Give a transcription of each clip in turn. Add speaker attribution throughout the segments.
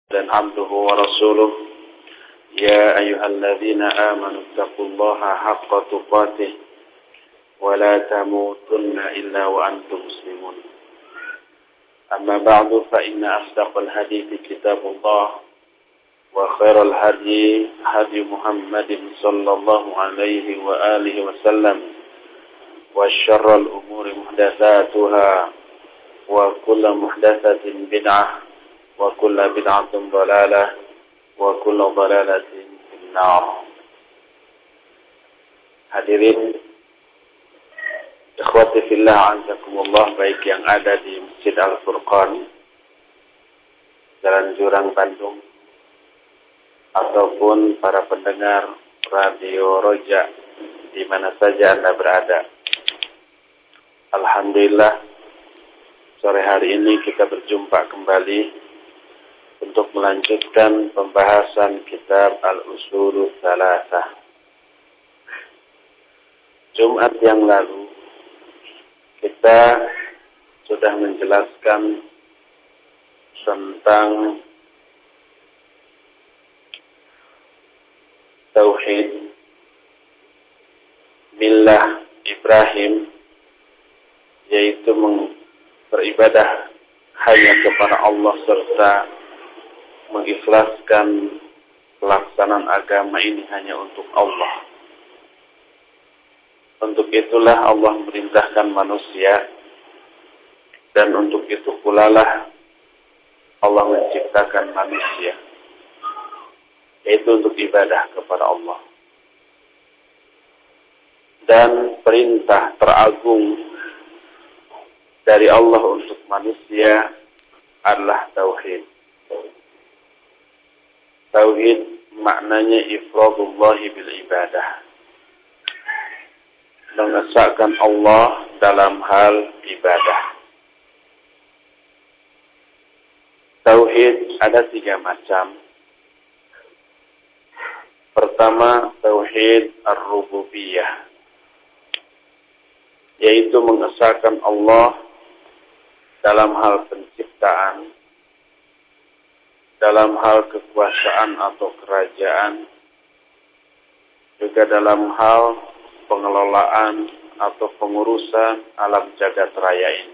Speaker 1: dan abduhu wa rasuluh ya ayyuhalladzina amanu taqullaha haqqa tuqatih wa la tamutunna illa wa antum muslimun. Amma ba'du fa inna asdaqal hadithi kitabullah wa khairal hadi hadi Muhammadin sallallahu alaihi wa alihi wa sallam wa syarral umuri muhdatsatuha wa kullu muhdatsatin bid'ah wa kullu bid'atin dhalalah wa kullu dhalalatin finnar. Hadirin ikhwati fillah azakumullah, baik yang ada di Masjid Al-Furqan Jalan Jurang Bandung ataupun para pendengar Radio Roja di mana saja Anda berada. Alhamdulillah, sore hari ini kita berjumpa kembali untuk melanjutkan pembahasan kitab Al-Ushulul Tsalatsah. Jumat yang lalu kita sudah menjelaskan tentang tauhid millah Ibrahim, yaitu beribadah hanya kepada Allah serta mengikhlaskan pelaksanaan agama ini hanya untuk Allah. Untuk itulah Allah memerintahkan manusia, dan untuk itu pula lah Allah menciptakan manusia, yaitu untuk ibadah kepada Allah. Dan perintah teragung dari Allah untuk manusia adalah tauhid. Tauhid maknanya ifradullahi bil ibadah, mengesahkan Allah dalam hal ibadah. Tauhid ada 3 macam. Pertama, tauhid ar-rububiyah, yaitu mengesahkan Allah dalam hal penciptaan, dalam hal kekuasaan atau kerajaan, juga dalam hal pengelolaan atau pengurusan alam jagat raya ini.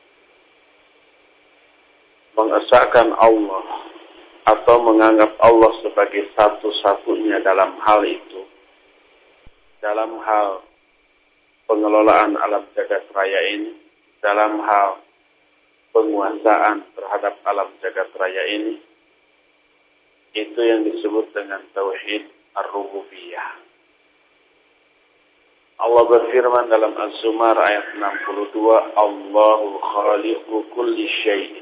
Speaker 1: Mengesahkan Allah atau menganggap Allah sebagai satu-satunya dalam hal itu, dalam hal pengelolaan alam jagat raya ini, dalam hal penguasaan terhadap alam jagat raya ini, itu yang disebut dengan tauhid ar-rububiyah. Allah berfirman dalam Az-Zumar ayat 62, Allahu khaliqu kulli syai'in.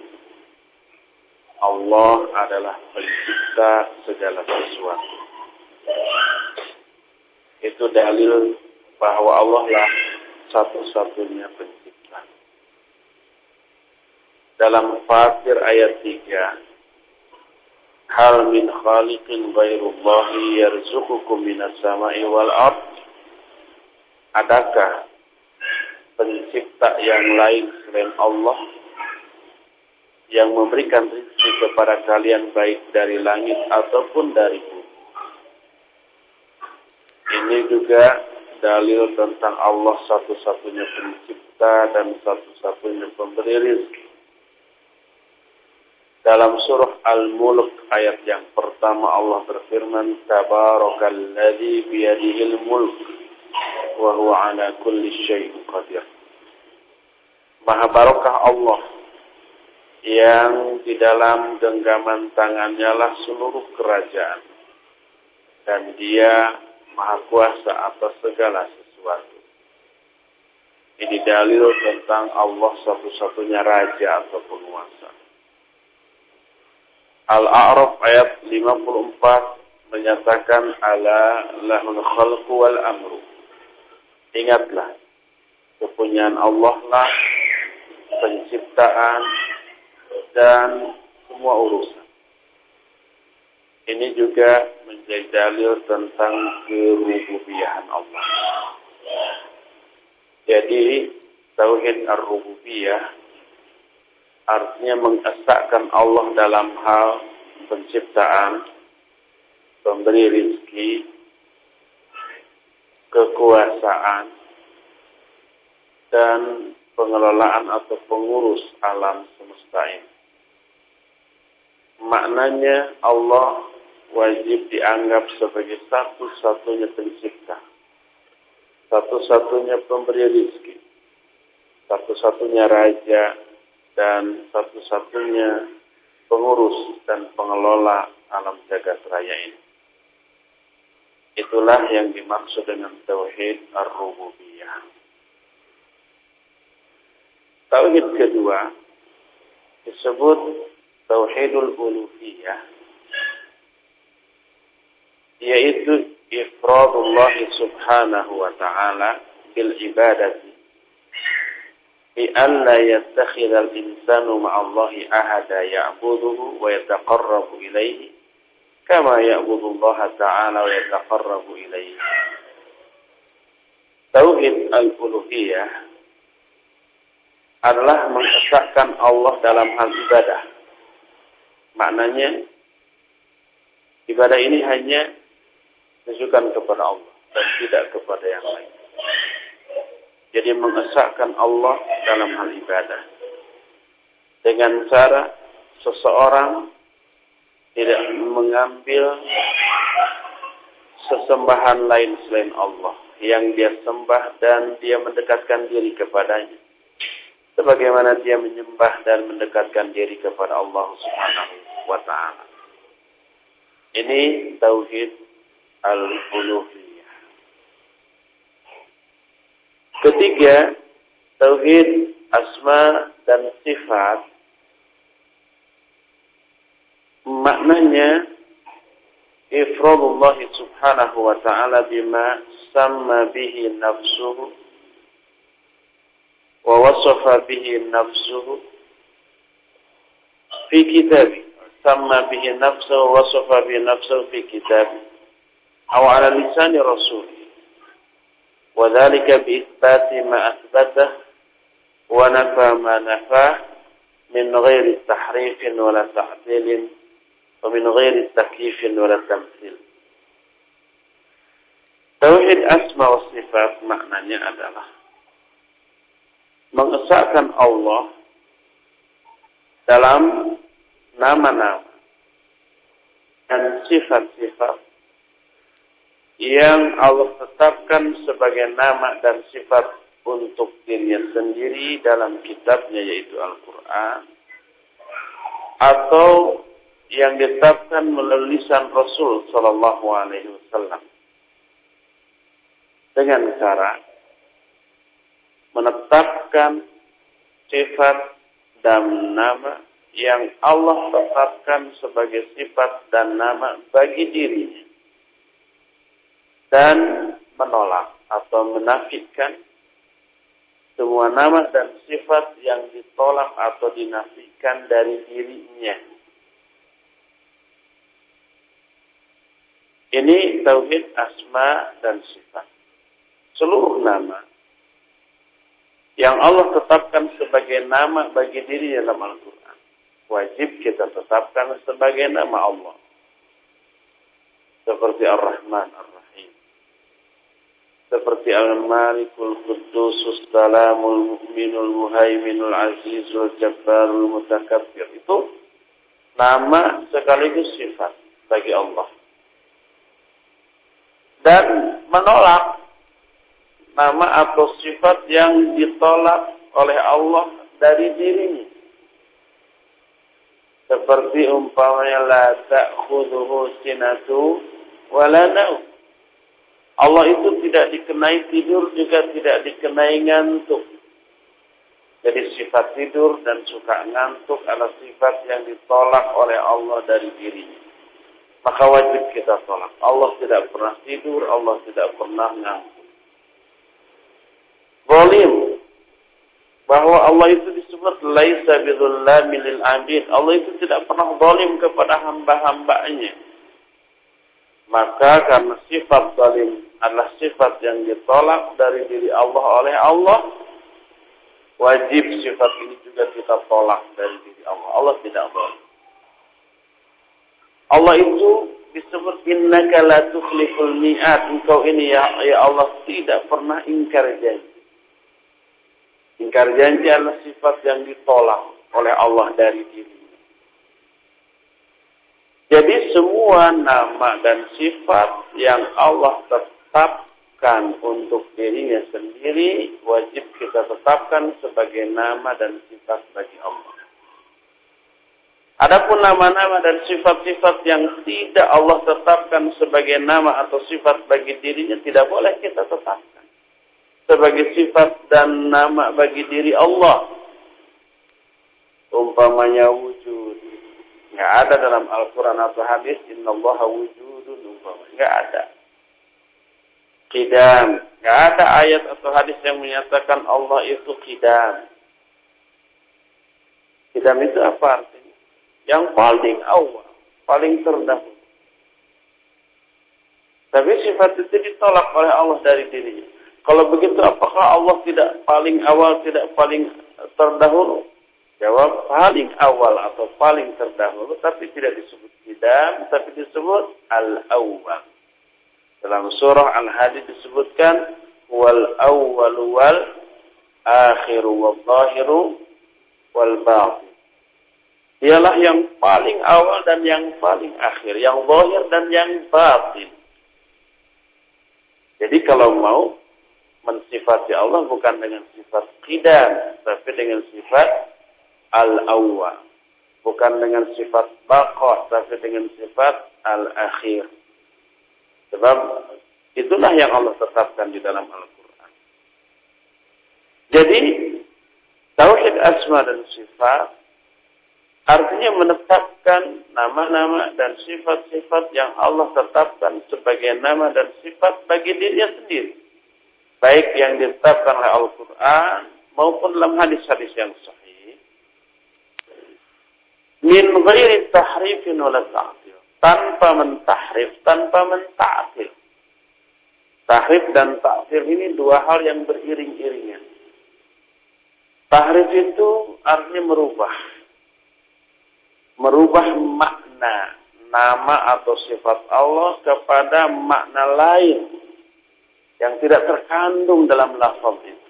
Speaker 1: Allah adalah pencipta segala sesuatu. Itu dalil bahwa Allah lah satu-satunya pencipta. Dalam Fatir ayat 3, hal min khaliqin ghairullahi yarzuqukum minas sama'i wal ard. Adakah pencipta yang lain selain Allah yang memberikan rezeki kepada kalian baik dari langit ataupun dari bumi? Ini juga dalil tentang Allah satu-satunya pencipta dan satu-satunya pemberi rezeki. Dalam surah Al-Mulk ayat yang pertama Allah berfirman, Tabarakalladzi biyadihil mulk wa huwa ala kulli syai'in qadir. Maha barokah Allah yang di dalam genggaman tangannya lah seluruh kerajaan, dan Dia maha kuasa atas segala sesuatu. Ini dalil tentang Allah satu-satunya raja atau penguasa. Al-A'raf ayat 54 menyatakan ala lahul khalqu wal amru. Ingatlah, kepunyaan Allah lah penciptaan dan semua urusan. Ini juga menjadi dalil tentang kerububiyahan Allah. Jadi tauhid ar-rububiyah artinya mengesahkan Allah dalam hal penciptaan, pemberi rizki, kekuasaan, dan pengelolaan atau pengurus alam semesta ini. Maknanya Allah wajib dianggap sebagai satu-satunya pencipta, satu-satunya pemberi rizki, satu-satunya raja, dan satu-satunya pengurus dan pengelola alam jagat raya ini. Itulah yang dimaksud dengan tauhid ar-rububiyah. Tauhid kedua disebut tauhidul uluhiyah, yaitu ifradullah subhanahu wa ta'ala bil ibadati bi an la yattakhidha al-insanu ma'allahi ahada ya'buduhu wa yataqarrabu ilayhi kama ya'budu Allah ta'ala wa yataqarrabu ilayhi. Tauhid al-uluhiyah adalah mengesahkan Allah dalam hal ibadah. Maknanya ibadah ini hanya ditujukan kepada Allah dan tidak kepada yang lain. Jadi mengesahkan Allah dalam hal ibadah dengan cara seseorang tidak mengambil sesembahan lain selain Allah yang dia sembah dan dia mendekatkan diri kepadanya, sebagaimana dia menyembah dan mendekatkan diri kepada Allah Subhanahu wa ta'ala. Ini tauhid al-uluhiyah. Ketiga, tauhid asma dan sifat. Maknanya ifradullah subhanahu wa ta'ala bima samma bihi nafsuhu wa wasafa bihi nafsuhu fi kitabih. Samma bihi nafsuhu wa wasafa bihi nafsuhu fi kitabih aw ala lisani rasulih. Wa dhalika bi itsbati ma athbatah wa nafa ma nafah min ghairi tahrifin wala ta'dilin wa min ghairi takyifin wala tamthil. Tauhid asma wa sifat maknanya adalah mengesahkan Allah dalam nama-nama dan sifat-sifat yang Allah tetapkan sebagai nama dan sifat untuk dirinya sendiri dalam kitabnya yaitu Al-Quran, atau yang ditetapkan melalui lisan Rasul Sallallahu Alaihi Wasallam dengan cara menetapkan sifat dan nama yang Allah tetapkan sebagai sifat dan nama bagi dirinya, dan menolak atau menafikan semua nama dan sifat yang ditolak atau dinafikan dari dirinya. Ini tauhid asma dan sifat. Seluruh nama yang Allah tetapkan sebagai nama bagi diri dalam Al-Quran, wajib kita tetapkan sebagai nama Allah. Seperti Ar-Rahman, Ar-Rahim. Seperti Al-Malikul Qudusus Salamul Mu'minul Muhaiminul Azizul Jabbarul Mutakabbir. Itu nama sekaligus sifat bagi Allah. Dan menolak nama atau sifat yang ditolak oleh Allah dari dirinya. Seperti umpamanya la ta'khudhuhu sinatu wa la naum. Allah itu tidak dikenai tidur, juga tidak dikenai ngantuk. Jadi sifat tidur dan suka ngantuk adalah sifat yang ditolak oleh Allah dari dirinya. Maka wajib kita tolak. Allah tidak pernah tidur, Allah tidak pernah ngantuk. Zalim, bahwa Allah itu disebut laisa bidzullamil lil 'abid. Allah itu tidak pernah zalim kepada hamba-hambanya. Maka karena sifat zalim adalah sifat yang ditolak dari diri Allah oleh Allah, wajib sifat ini juga kita tolak dari diri Allah. Allah tidak zalim. Allah itu disebut innaka la tukhliful mi'ad. Engkau ini ya Allah tidak pernah ingkar janji. Ingkar janji adalah sifat yang ditolak oleh Allah dari dirinya. Jadi semua nama dan sifat yang Allah tetapkan untuk dirinya sendiri wajib kita tetapkan sebagai nama dan sifat bagi Allah. Adapun nama-nama dan sifat-sifat yang tidak Allah tetapkan sebagai nama atau sifat bagi dirinya tidak boleh kita tetapkan sebagai sifat dan nama bagi diri Allah. Umpamanya wujud, nggak ada dalam Al-Quran atau hadis. Innallaha wujudun, umpamanya nggak ada. Qidam, nggak ada ayat atau hadis yang menyatakan Allah itu qidam. Qidam itu apa artinya? Yang paling awal, paling terdahulu. Tapi sifat itu ditolak oleh Allah dari dirinya. Kalau begitu, apakah Allah tidak paling awal, tidak paling terdahulu? Jawab, paling awal atau paling terdahulu, tapi tidak disebut qidam, tapi disebut al-awwal. Dalam surah Al-Hadid disebutkan, wal awwalu wal akhiru wal zahiru wal batin. Dialah yang paling awal dan yang paling akhir, yang zahir dan yang batin. Jadi kalau mau mensifati Allah bukan dengan sifat qidam, tapi dengan sifat al-awwal. Bukan dengan sifat baqa, tapi dengan sifat al-akhir. Sebab itulah yang Allah tetapkan di dalam Al-Quran. Jadi tauhid asma dan sifat artinya menetapkan nama-nama dan sifat-sifat yang Allah tetapkan sebagai nama dan sifat bagi dirinya sendiri. Baik yang ditetapkan oleh Al-Quran maupun dalam hadis-hadis yang sahih. Min ghairi tahrifin wala ta'til. Tanpa mentahrif, tanpa menta'til. Tahrif dan ta'til ini dua hal yang beriring-iringan. Tahrif itu artinya merubah makna nama atau sifat Allah kepada makna lain yang tidak terkandung dalam lafaz itu.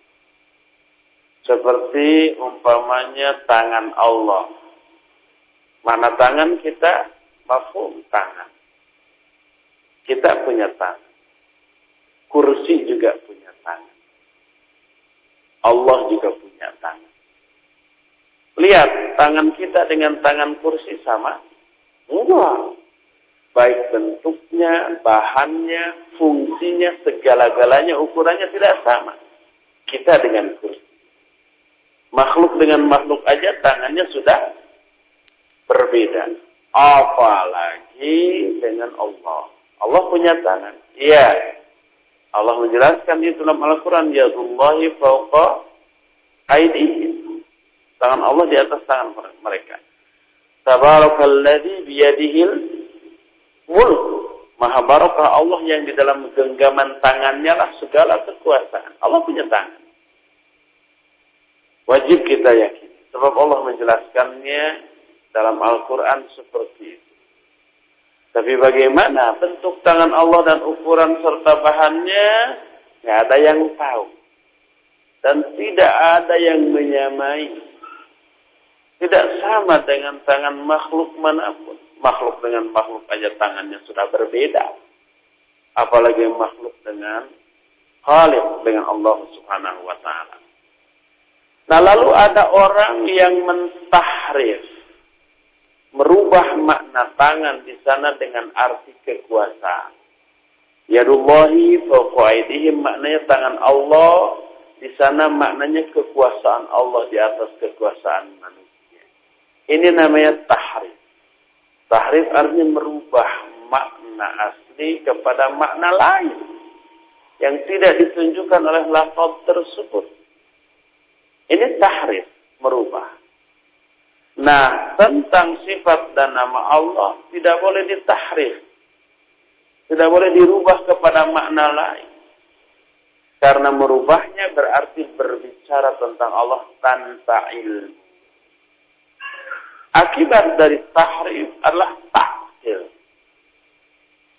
Speaker 1: Seperti umpamanya tangan Allah. Mana tangan kita? Mafhum tangan. Kita punya tangan. Kursi juga punya tangan. Allah juga punya tangan. Lihat, tangan kita dengan tangan kursi sama? Enggak. Baik bentuknya, bahannya, fungsinya, segala-galanya, ukurannya tidak sama. Kita dengan kursi. Makhluk dengan makhluk aja tangannya sudah berbeda. Apalagi dengan Allah. Allah punya tangan. Iya. Allah menjelaskan di dalam Al-Quran, yadullahi fawqa aydihim. Tangan Allah di atas tangan mereka. Tabarakalladzi biyadihil mulk. Maha barakah Allah yang di dalam genggaman tangannya lah segala kekuasaan. Allah punya tangan. Wajib kita yakini. Sebab Allah menjelaskannya dalam Al-Quran seperti itu. Tapi bagaimana bentuk tangan Allah dan ukuran serta bahannya? Tidak ada yang tahu. Dan tidak ada yang menyamai. Tidak sama dengan tangan makhluk manapun. Makhluk dengan makhluk aja tangannya sudah berbeda. Apalagi makhluk dengan Khaliq, dengan Allah Subhanahu wa ta'ala. Nah, lalu ada orang yang mentahrif, merubah makna tangan di sana dengan arti kekuasaan. Yadullahi fawqa aydihim, maknanya tangan Allah, di sana maknanya kekuasaan Allah di atas kekuasaan manusia. Ini namanya tahrif. Tahrif artinya merubah makna asli kepada makna lain yang tidak ditunjukkan oleh lafaz tersebut. Ini tahrif, merubah. Nah, tentang sifat dan nama Allah tidak boleh ditahrif. Tidak boleh dirubah kepada makna lain. Karena merubahnya berarti berbicara tentang Allah tanpa ilmu. Akibat dari tahrif adalah ta'til.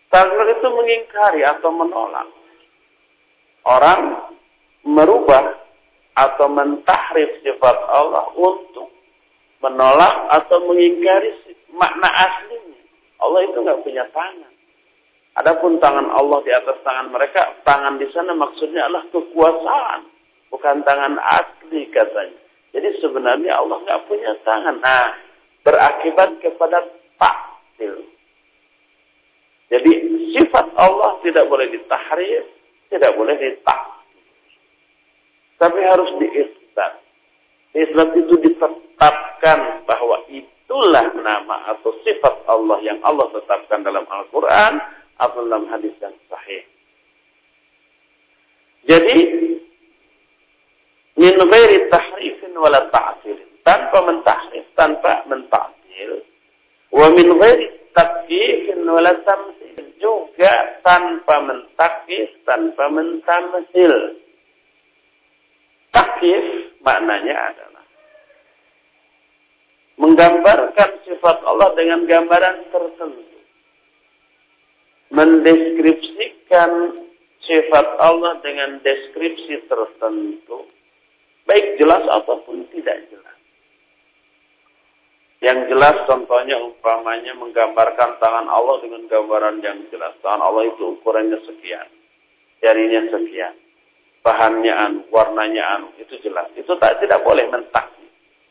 Speaker 1: Taghyir itu mengingkari atau menolak. Orang merubah atau mentahrif sifat Allah untuk menolak atau mengingkari makna aslinya. Allah itu nggak punya tangan. Adapun tangan Allah di atas tangan mereka, tangan di sana maksudnya adalah kekuasaan, bukan tangan asli katanya. Jadi sebenarnya Allah nggak punya tangan. Nah, berakibat kepada ta'til. Jadi sifat Allah tidak boleh ditahrif, tidak boleh ditakdir. Tapi harus diisbat. Isbat itu ditetapkan bahwa itulah nama atau sifat Allah yang Allah tetapkan dalam Al-Quran atau dalam hadis yang sahih. Jadi min ghairi tahrifin wala ta'til, tanpa mentahrif, tanpa mentaktil, wa min ghairi takyifin wala tamtsil, juga tanpa mentakyif, tanpa mentamtsil. Takyif maknanya adalah menggambarkan sifat Allah dengan gambaran tertentu. Mendeskripsikan sifat Allah dengan deskripsi tertentu, baik jelas ataupun tidak jelas. Yang jelas contohnya umpamanya menggambarkan tangan Allah dengan gambaran yang jelas. Tangan Allah itu ukurannya sekian, jarinya sekian, bahannya warnanya itu jelas. Itu tidak boleh mentakyif.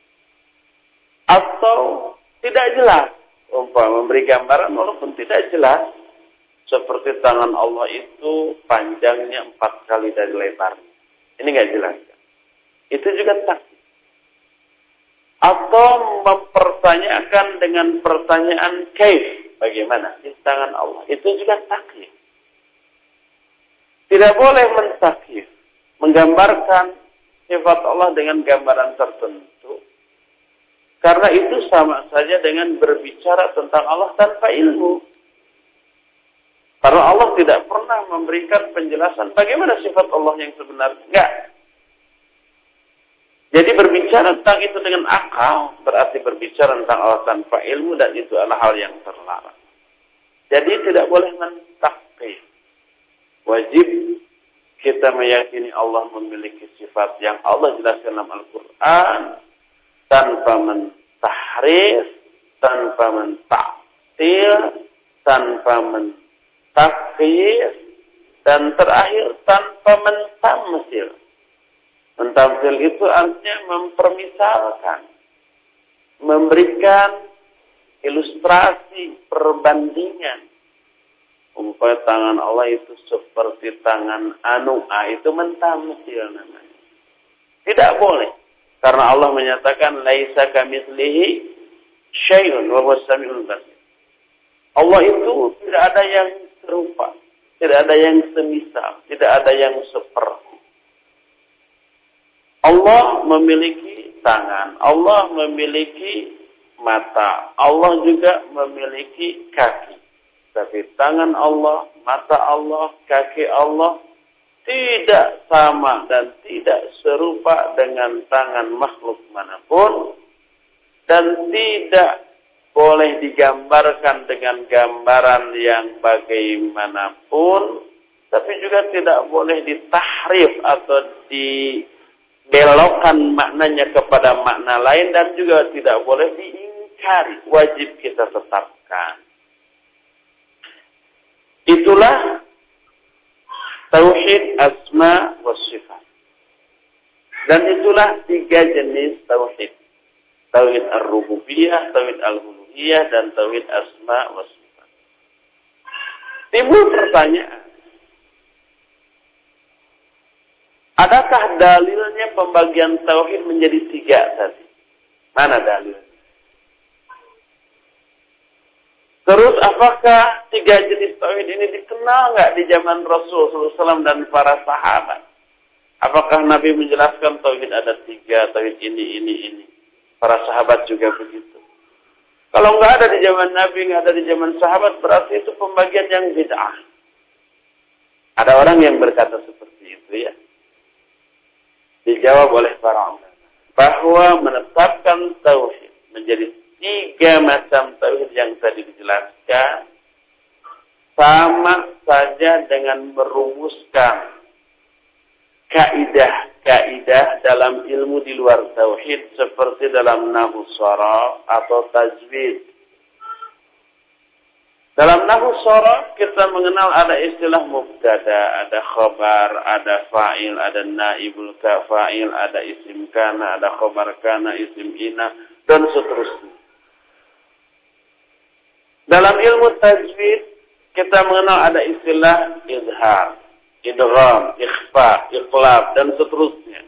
Speaker 1: Atau tidak jelas, umpama memberi gambaran walaupun tidak jelas. Seperti tangan Allah itu panjangnya 4 kali dari lebarnya. Ini nggak jelas. Itu juga takyif. Atau mempertanyakan dengan pertanyaan kaif, bagaimana di tangan Allah. Itu juga takyif. Tidak boleh mentakyif, menggambarkan sifat Allah dengan gambaran tertentu. Karena itu sama saja dengan berbicara tentang Allah tanpa ilmu. Karena Allah tidak pernah memberikan penjelasan bagaimana sifat Allah yang sebenarnya. Enggak. Jadi berbicara tentang itu dengan akal berarti berbicara tentang Allah tanpa ilmu, dan itu adalah hal yang terlarang. Jadi tidak boleh mentakyif. Wajib kita meyakini Allah memiliki sifat yang Allah jelaskan dalam Al-Quran tanpa mentahrif, tanpa mentaktil, tanpa takyif, dan terakhir tanpa mentamsil. Mentamsil itu artinya mempermisalkan, memberikan ilustrasi, perbandingan. Umpamanya tangan Allah itu seperti tangan anu, itu mentamsil namanya. Tidak boleh, karena Allah menyatakan laisa kamitslihi syai'un wa huwas samiul basir. Allah itu tidak ada yang serupa, tidak ada yang semisal, tidak ada yang seperti. Allah memiliki tangan, Allah memiliki mata, Allah juga memiliki kaki. Tapi tangan Allah, mata Allah, kaki Allah tidak sama dan tidak serupa dengan tangan makhluk manapun, dan tidak boleh digambarkan dengan gambaran yang bagaimanapun, tapi juga tidak boleh ditahrif atau dibelokkan maknanya kepada makna lain, dan juga tidak boleh diingkari. Wajib kita tetapkan. Itulah tauhid asma wa sifat. Dan itulah 3 jenis tauhid. Tauhid ar-rububiyah, tauhid al-uluhiyah, dan tauhid asma wa sifat. Timbul pertanyaan, adakah dalilnya pembagian tauhid menjadi 3 tadi? Mana dalilnya? Terus apakah 3 jenis tauhid ini dikenal nggak di zaman Rasul SAW dan para sahabat? Apakah Nabi menjelaskan tauhid ada 3, tauhid ini. Para sahabat juga begitu. Kalau nggak ada di zaman Nabi, nggak ada di zaman sahabat, berarti itu pembagian yang bid'ah. Ada orang yang berkata seperti itu ya. Dijawab oleh para ulama bahwa menetapkan tauhid menjadi 3 macam tauhid yang tadi dijelaskan sama saja dengan merumuskan kaidah-kaidah dalam ilmu di luar tauhid seperti dalam nahwu sharaf atau tajwid. Dalam nahwu sharaf kita mengenal ada istilah mubtada, ada khabar, ada fa'il, ada naibul fa'il, ada isim kana, ada khabar kana, isim ina, dan seterusnya. Dalam ilmu tajwid kita mengenal ada istilah izhar, idgham, ikhfa, iqlab, dan seterusnya.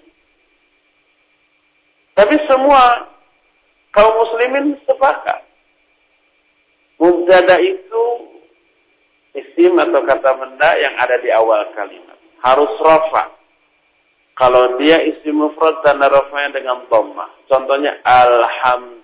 Speaker 1: Tapi semua kaum muslimin sepakat. Mubtada itu isim atau kata benda yang ada di awal kalimat. Harus rafa. Kalau dia isim mufrad, tanda rafanya dengan dhammah. Contohnya alhamdulillah.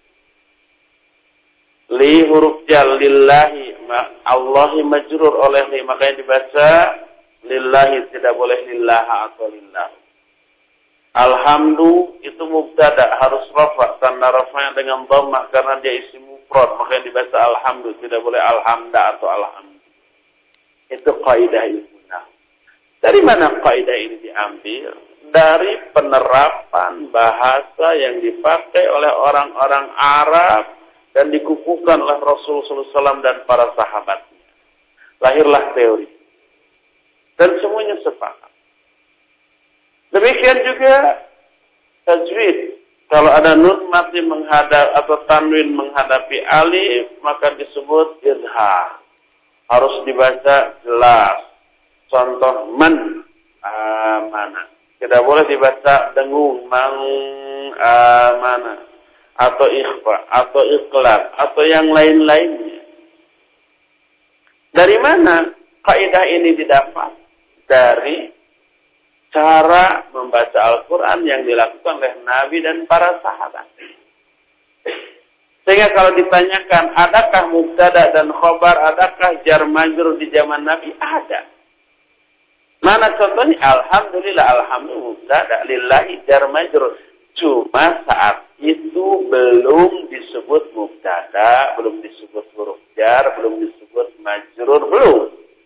Speaker 1: Li huruf jar, lillahi, Allahi majrur oleh li, makanya dibaca lillahi, tidak boleh lillaha atau lillah. Alhamdu itu mubtada, harus rafa, tanda rafanya dengan dhammah karena dia isim mufrad, makanya dibaca alhamdu, tidak boleh alhamda atau alhamdu. Itu kaidah ilmu nahwu. Dari mana kaidah ini diambil? Dari penerapan bahasa yang dipakai oleh orang-orang Arab dan dikukuhkan oleh Rasulullah SAW dan para sahabatnya. Lahirlah teori. Dan semuanya sepakat. Demikian juga tajwid. Kalau ada nun mati menghadap atau tanwin menghadapi alif, maka disebut izhar. Harus dibaca jelas. Contoh man, amana. Tidak boleh dibaca dengung, mang, amana. Atau ikhfa, atau iqlab, atau yang lain-lainnya. Dari mana kaidah ini didapat? Dari cara membaca Al-Quran yang dilakukan oleh Nabi dan para sahabat. Sehingga kalau ditanyakan, adakah mubtada dan khobar, adakah jar majrur di zaman Nabi? Ada. Mana contohnya? Alhamdulillah, alhamdulillah, mubtada, lillahi jar majrur. Cuma saat itu belum disebut mubtada, belum disebut huruf jar, belum disebut majrur, belum.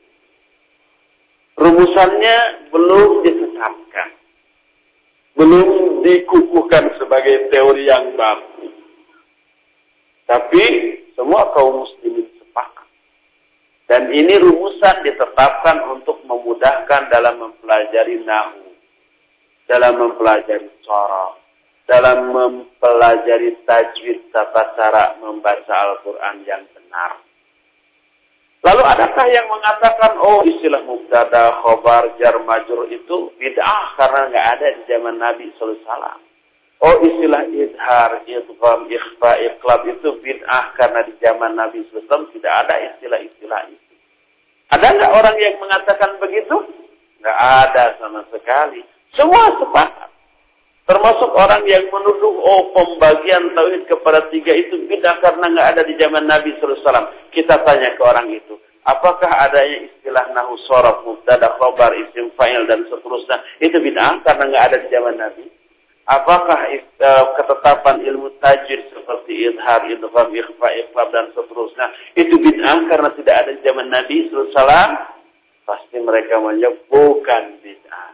Speaker 1: Rumusannya belum ditetapkan. Belum dikukuhkan sebagai teori yang baku. Tapi semua kaum muslimin sepakat. Dan ini rumusan ditetapkan untuk memudahkan dalam mempelajari nahwu, dalam mempelajari sharaf, dalam mempelajari tajwid, tata cara membaca Al-Quran yang benar. Lalu adakah yang mengatakan, oh istilah mubtada, khobar, jar, majrur itu bid'ah karena nggak ada di zaman Nabi SAW. Oh istilah izhar, idgham, ikhfa, iqlab itu bid'ah karena di zaman Nabi SAW tidak ada istilah-istilah itu. Ada nggak orang yang mengatakan begitu? Nggak ada sama sekali. Semua sepakat. Termasuk orang yang menuduh, oh pembagian tauhid kepada tiga itu bid'ah karena nggak ada di zaman Nabi SAW. Kita tanya ke orang itu, apakah adanya istilah nahwu sharaf, mubtada, khabar, isim fa'il dan seterusnya itu bid'ah karena nggak ada di zaman Nabi? Apakah ketetapan ilmu tajwid seperti izhar, idgham, ikhfa, iqlab dan seterusnya itu bid'ah karena tidak ada di zaman Nabi SAW? Pasti mereka menjawab bukan bid'ah.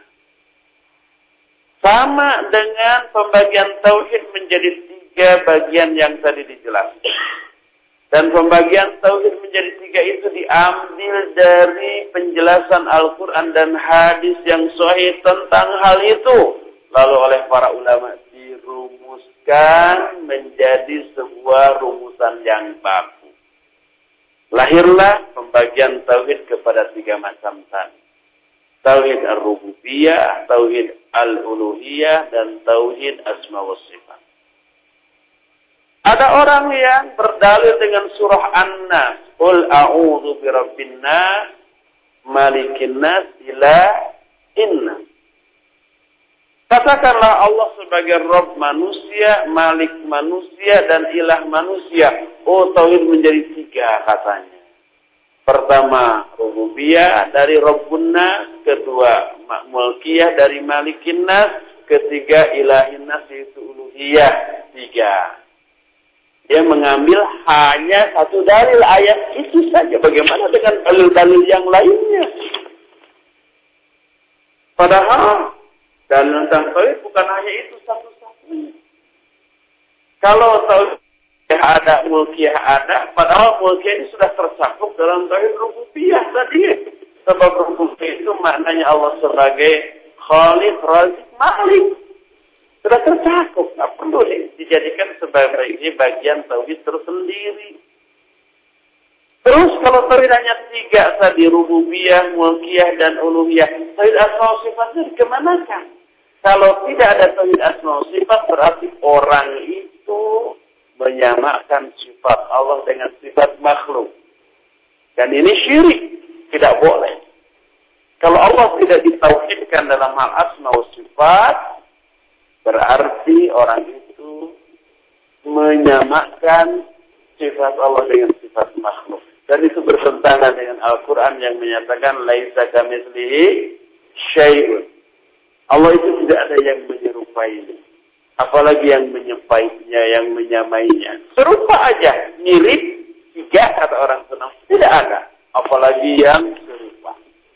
Speaker 1: Sama dengan pembagian tauhid menjadi tiga bagian yang tadi dijelaskan. Dan pembagian tauhid menjadi tiga itu diambil dari penjelasan Al-Quran dan hadis yang sahih tentang hal itu. Lalu oleh para ulama dirumuskan menjadi sebuah rumusan yang baku. Lahirlah pembagian tauhid kepada tiga macam tadi. Tauhid ar-rububiyah, tauhid al-uluhiyah, dan tauhid asma wa sifat. Ada orang yang berdalil dengan surah An-Nas. Qul a'udzu birabbin nas, malikin nas, ilahin nas. Katakanlah Allah sebagai Rabb manusia, Malik manusia, dan Ilah manusia. Oh, tauhid menjadi tiga katanya. Pertama, rububiyah dari Rabbun nas. Kedua, mulkiyah dari Malikin nas. Ketiga, ilahin nas, yaitu uluhiyah. Tiga. Dia mengambil hanya satu dalil ayat itu saja. Bagaimana bagaimana dengan dalil-dalil yang lainnya? Padahal dalil tentang tauhid bukan hanya itu satu-satunya. Kalau tauhid ada, mulkiyah ada, padahal mulkiyah ini sudah tercakup dalam tauhid rububiyah tadi. Sebab rububiyah itu maknanya Allah sebagai Khaliq, Razik, Malik. Sudah tercakup, tak perlu dijadikan sebagai bagian tauhid tersendiri. Terus kalau tauhid hanya 3 tadi, rububiyah, mulkiyah, dan uluhiyah, tauhid asma wa sifatnya dikemanakan? Kalau tidak ada tauhid asma wa sifat, berarti orang itu menyamakan sifat Allah dengan sifat makhluk. Dan ini syirik, tidak boleh. Kalau Allah tidak ditauhidkan dalam hal asma wa sifat, berarti orang itu menyamakan sifat Allah dengan sifat makhluk. Dan itu bertentangan dengan Al-Quran yang menyatakan laisa kamitslihi syai'un. Allah itu tidak ada yang menyerupainya, apalagi yang menyepainya, yang menyamainya. Serupa aja, mirip, 3 kata orang senang, tidak ada, apalagi yang serupa.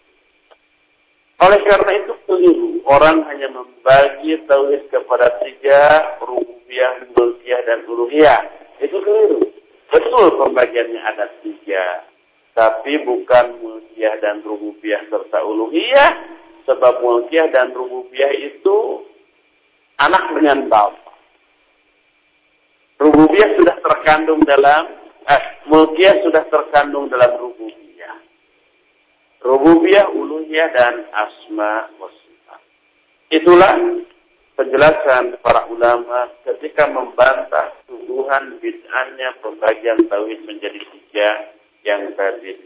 Speaker 1: Oleh karena itu keliru, orang hanya membagi tauhid kepada 3, rububiyah, mulkiyah, dan uluhiyah. Itu keliru. Betul pembagiannya ada 3, tapi bukan mulkiyah dan rububiyah serta uluhiyah, sebab mulkiyah dan rububiyah itu anak dengan bapak. Rububiyah sudah terkandung dalam, mulkiyah sudah terkandung dalam rububiyah. Rububiyah, uluhiyah, dan asma wa sifat. Itulah penjelasan para ulama ketika membantah tuduhan bid'ahnya pembagian tauhid menjadi 3 yang tadi.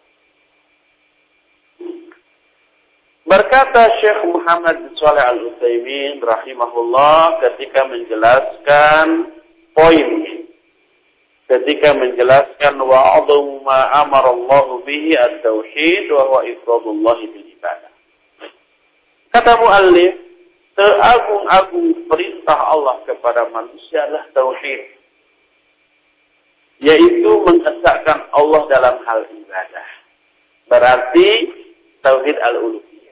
Speaker 1: Berkata Syekh Muhammad bin Shalih Al-Utsaimin rahimahullah ketika menjelaskan poin ini. Ketika menjelaskan wa'adhu ma amara Allah bihi at-tauhid wa huwa ifradullah bil ibadah. Kata muallif, seagung-agung perintah Allah kepada manusia adalah tauhid, yaitu mengesahkan Allah dalam hal ibadah. Berarti tauhid al-uluhiyah.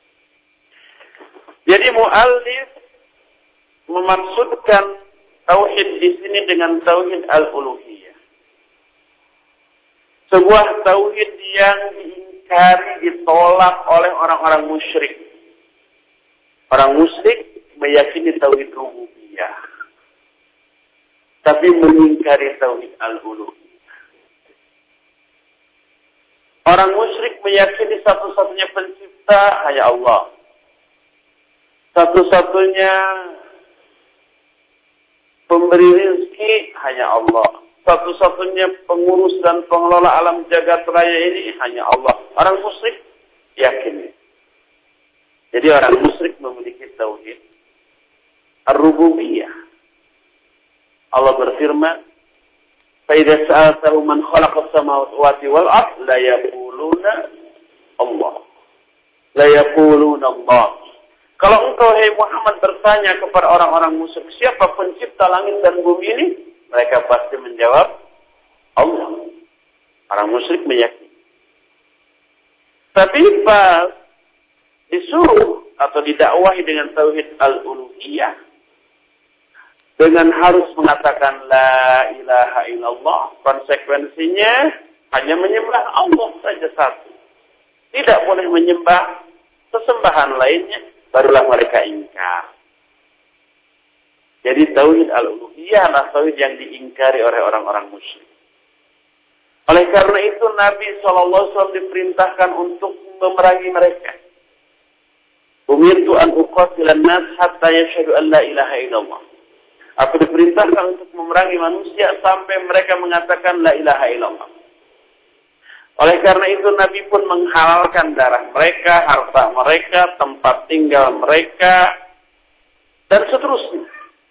Speaker 1: Jadi muallif memaksudkan tauhid di sini dengan tauhid al-uluhiyah. Sebuah tauhid yang diingkari, ditolak oleh orang-orang musyrik. Orang musyrik meyakini tauhid rububiyah, tapi mengingkari tauhid al-uluhiyah. Orang musyrik meyakini satu-satunya pencipta hanya Allah. Satu-satunya pemberi rezeki hanya Allah. Satu-satunya pengurus dan pengelola alam jagat raya ini hanya Allah. Orang musyrik yakin. Jadi orang musyrik memiliki tauhid ar-rububiyah. Allah berfirman, "Fa idza sa'altahu man khalaqa as-samawati wal ardh la yaquluna Allah." La yaquluna Allah. Kalau engkau hai Muhammad bertanya kepada orang-orang musyrik, siapa pencipta langit dan bumi ini? Mereka pasti menjawab, Allah. Orang musyrik meyakini. Tapi pas disuruh atau didakwahi dengan tauhid al-uluhiyah, dengan harus mengatakan la ilaha illallah, konsekuensinya hanya menyembah Allah saja satu. Tidak boleh menyembah sesembahan lainnya, barulah mereka ingkar. Jadi tauhid al-uluhiyah adalah tauhid yang diingkari oleh orang-orang musyrik. Oleh karena itu Nabi SAW diperintahkan untuk memerangi mereka. Umirtu an uqatilan nas hatta yashhadu an la ilaha illallah. Aku diperintahkan untuk memerangi manusia sampai mereka mengatakan la ilaha illallah. Oleh karena itu Nabi pun menghalalkan darah mereka, harta mereka, tempat tinggal mereka, dan seterusnya.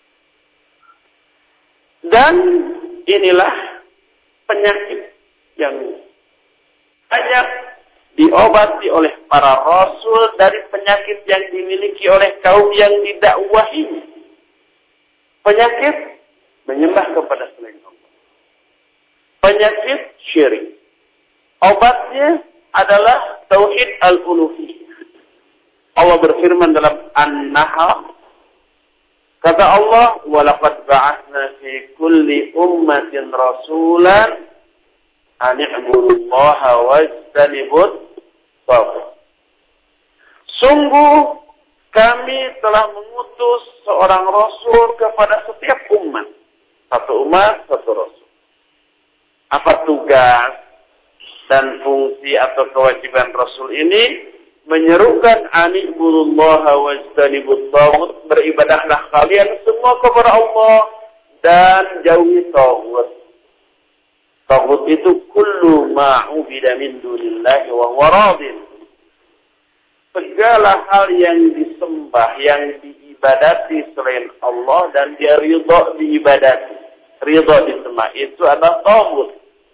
Speaker 1: Dan inilah penyakit yang banyak diobati oleh para rasul dari penyakit yang dimiliki oleh kaum yang didakwahi. Penyakit menyembah kepada selain Allah. Penyakit syirik. Obatnya adalah tauhid al-uluhiyah. Allah berfirman dalam An-Nahl, kata Allah, "Walaqad ba'atsna fi kulli ummatin rasulan an i'budullaha wajtanibut taghut." Sungguh kami telah mengutus seorang rasul kepada setiap umat. Satu umat, satu rasul. Apa tugas dan fungsi atau kewajiban rasul ini? Menyerukan ani'budullaha wajtanibut taghut, beribadahlah kalian semua kepada Allah dan jauhi taghut. Taghut itu kullu ma 'ubida min dunillahi wa huwa radin. Segala hal yang disembah, yang diibadati selain Allah dan dia ridha diibadati, ridha disembah, itu adalah taghut.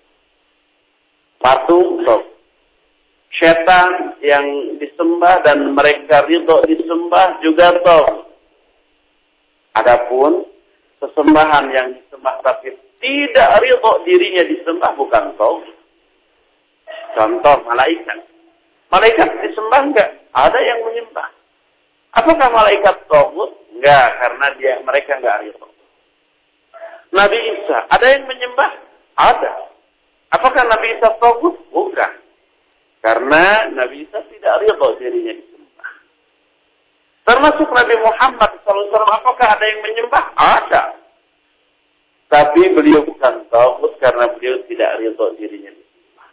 Speaker 1: Patung taghut. Syaitan yang disembah dan mereka ridho disembah juga taghut. Adapun sesembahan yang disembah tapi tidak ridho dirinya disembah bukan taghut. Contoh malaikat. Malaikat disembah enggak? Ada yang menyembah. Apakah malaikat taghut? Enggak, karena mereka enggak ridho. Nabi Isa, ada yang menyembah? Ada. Apakah Nabi Isa taghut? Bukan. Karena Nabi Isa tidak ridho dirinya disembah. Termasuk Nabi Muhammad SAW, apakah ada yang menyembah? Ada. Tapi beliau bukan taghut karena beliau tidak ridho dirinya disembah.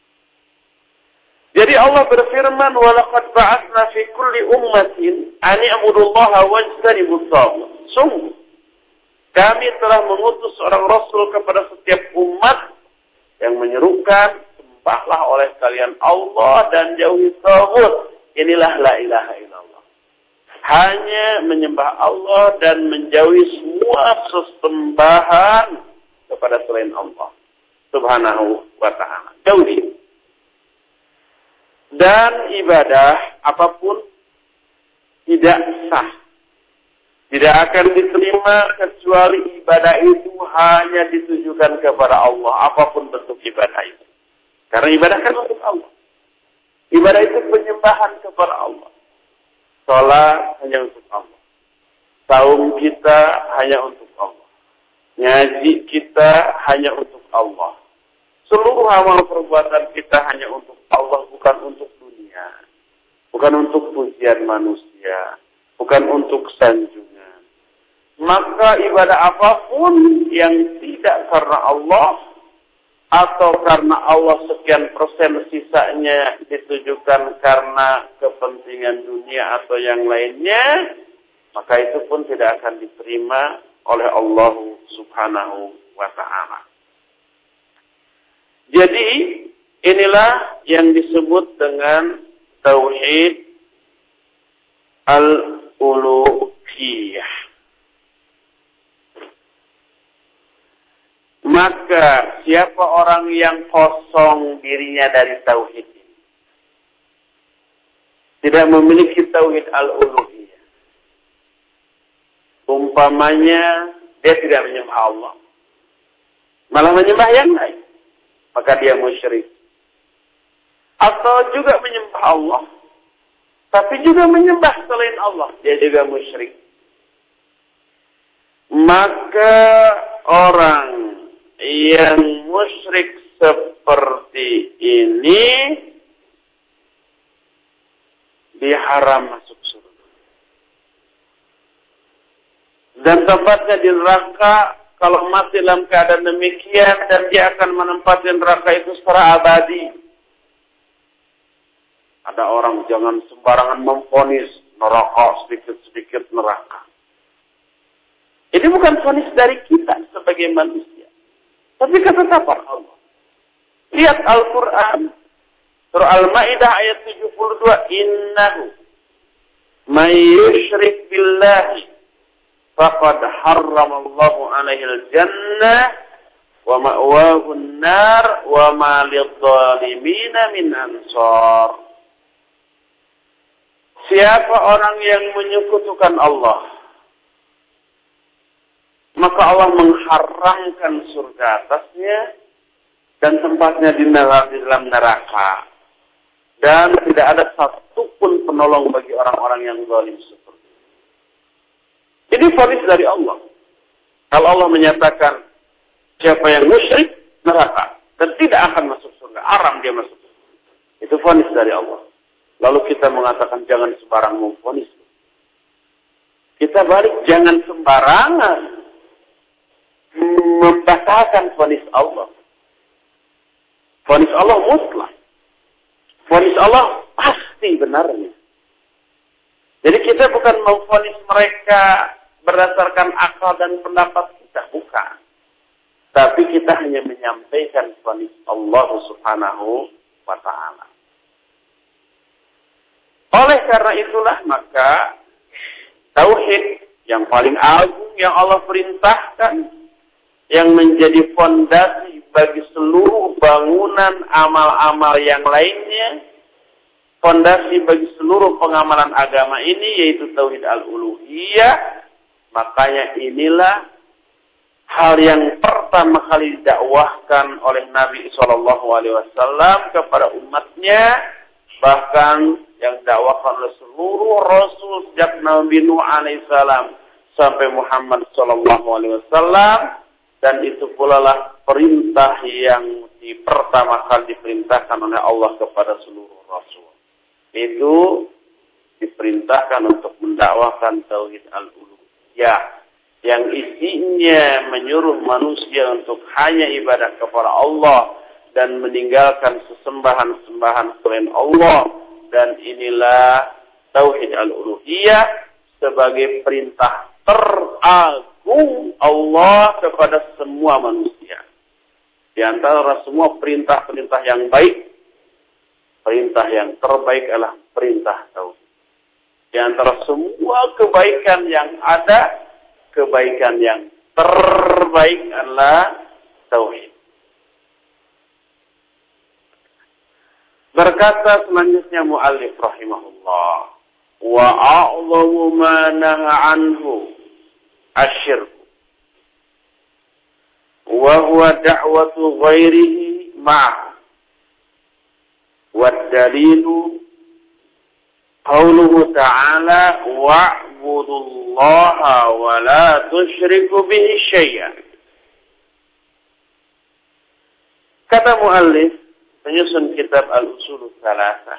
Speaker 1: Jadi Allah berfirman, "Walaqad ba'atsna fi kulli ummatin an i'budullaha wajtanibut taghut." Sungguh kami telah mengutus seorang rasul kepada setiap umat yang menyerukan, sembahlah oleh kalian Allah dan jauhi taghut. Inilah la ilaha illallah. Hanya menyembah Allah dan menjauhi semua sesembahan kepada selain Allah Subhanahu wa ta'ala. Jauhi. Dan ibadah apapun tidak sah. Tidak akan diterima kecuali ibadah itu hanya ditujukan kepada Allah. Apapun bentuk ibadah itu. Karena ibadah kan untuk Allah. Ibadah itu penyembahan kepada Allah. Salat hanya untuk Allah. Saum kita hanya untuk Allah. Ngaji kita hanya untuk Allah. Seluruh amal perbuatan kita hanya untuk Allah, bukan untuk dunia. Bukan untuk pujian manusia. Bukan untuk sanjungan. Maka ibadah apapun yang tidak karena Allah, atau karena Allah sekian persen sisanya ditujukan karena kepentingan dunia atau yang lainnya, maka itu pun tidak akan diterima oleh Allah Subhanahu wa ta'ala. Jadi inilah yang disebut dengan tauhid al-uluhiyah. Maka siapa orang yang kosong dirinya dari tauhid ini, tidak memiliki tauhid al-uluhiyah, umpamanya dia tidak menyembah Allah, malah menyembah yang lain, maka dia musyrik. Atau juga menyembah Allah, tapi juga menyembah selain Allah, dia juga musyrik. Maka orang yang musyrik seperti ini diharam masuk surga. Dan tempatnya di neraka kalau mati dalam keadaan demikian, dan dia akan menempati neraka itu secara abadi. Ada orang jangan sembarangan memvonis neraka, sedikit-sedikit neraka. Ini bukan vonis dari kita sebagai manusia, tapi ketetapan Allah. Lihat Al-Quran, surah Al-Ma'idah ayat 72. Innahu may yushrik billahi faqad harramallahu alaihi al-jannah wa ma'wahu an-nar wa ma lidh-dhalimin min ansar. Siapa orang yang menyekutukan Allah, maka Allah mengharamkan surga atasnya dan tempatnya di dalam neraka. Dan tidak ada satupun penolong bagi orang-orang yang zalim seperti itu. Ini vonis dari Allah. Kalau Allah menyatakan siapa yang musyrik neraka dan tidak akan masuk surga, haram dia masuk surga. Itu vonis dari Allah. Lalu kita mengatakan jangan sembarang memvonis. Kita balik, jangan sembarangan membatalkan vonis Allah. Vonis Allah mutlak. Vonis Allah pasti benarnya. Jadi kita bukan memvonis mereka berdasarkan akal dan pendapat kita, bukan. Tapi kita hanya menyampaikan vonis Allah Subhanahu wa ta'ala. Oleh karena itulah maka tauhid yang paling agung yang Allah perintahkan, yang menjadi fondasi bagi seluruh bangunan amal-amal yang lainnya, fondasi bagi seluruh pengamalan agama ini, yaitu tauhid al-uluhiyah. Makanya inilah hal yang pertama kali didakwahkan oleh Nabi SAW kepada umatnya, bahkan yang didakwahkan oleh seluruh Rasul sejak Nabi Nuh alaihissalam sampai Muhammad SAW. Dan itu pula lah perintah yang pertama kali diperintahkan oleh Allah kepada seluruh Rasul. Itu diperintahkan untuk mendakwakan tauhid al-uluhiyah yang isinya menyuruh manusia untuk hanya ibadah kepada Allah dan meninggalkan sesembahan-sembahan selain Allah. Dan inilah tauhid al-uluhiyah sebagai perintah teragung Allah kepada semua manusia. Di antara semua perintah-perintah yang baik, perintah yang terbaik adalah perintah tauhid. Di antara semua kebaikan yang ada, kebaikan yang terbaik adalah tauhid. Berkata selanjutnya muallif rahimahullah, wa a'zamu ma naha anhu asyirk wa huwa da'watu ghairihi ma'ah wa dalilu qauluhu ta'ala wa'budullaha wa la tusyriku bihi syai'an. Kata muallif penyusun kitab Al-Usulul Tsalatsah,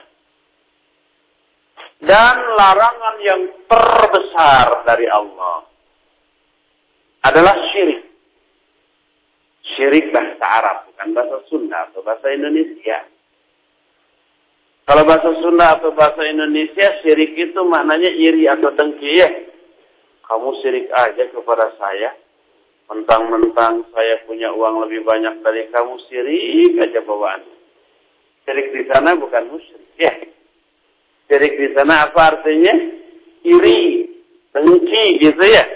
Speaker 1: dan larangan yang terbesar dari Allah adalah syirik. Syirik bahasa Arab, bukan bahasa Sunda atau bahasa Indonesia. Kalau bahasa Sunda atau bahasa Indonesia, syirik itu maknanya iri atau dengki. Ya, kamu syirik aja kepada saya. Mentang-mentang saya punya uang lebih banyak dari kamu, syirik aja bawaannya. Syirik di sana bukan musyrik. Ya. Syirik di sana apa artinya? Iri, dengki gitu ya.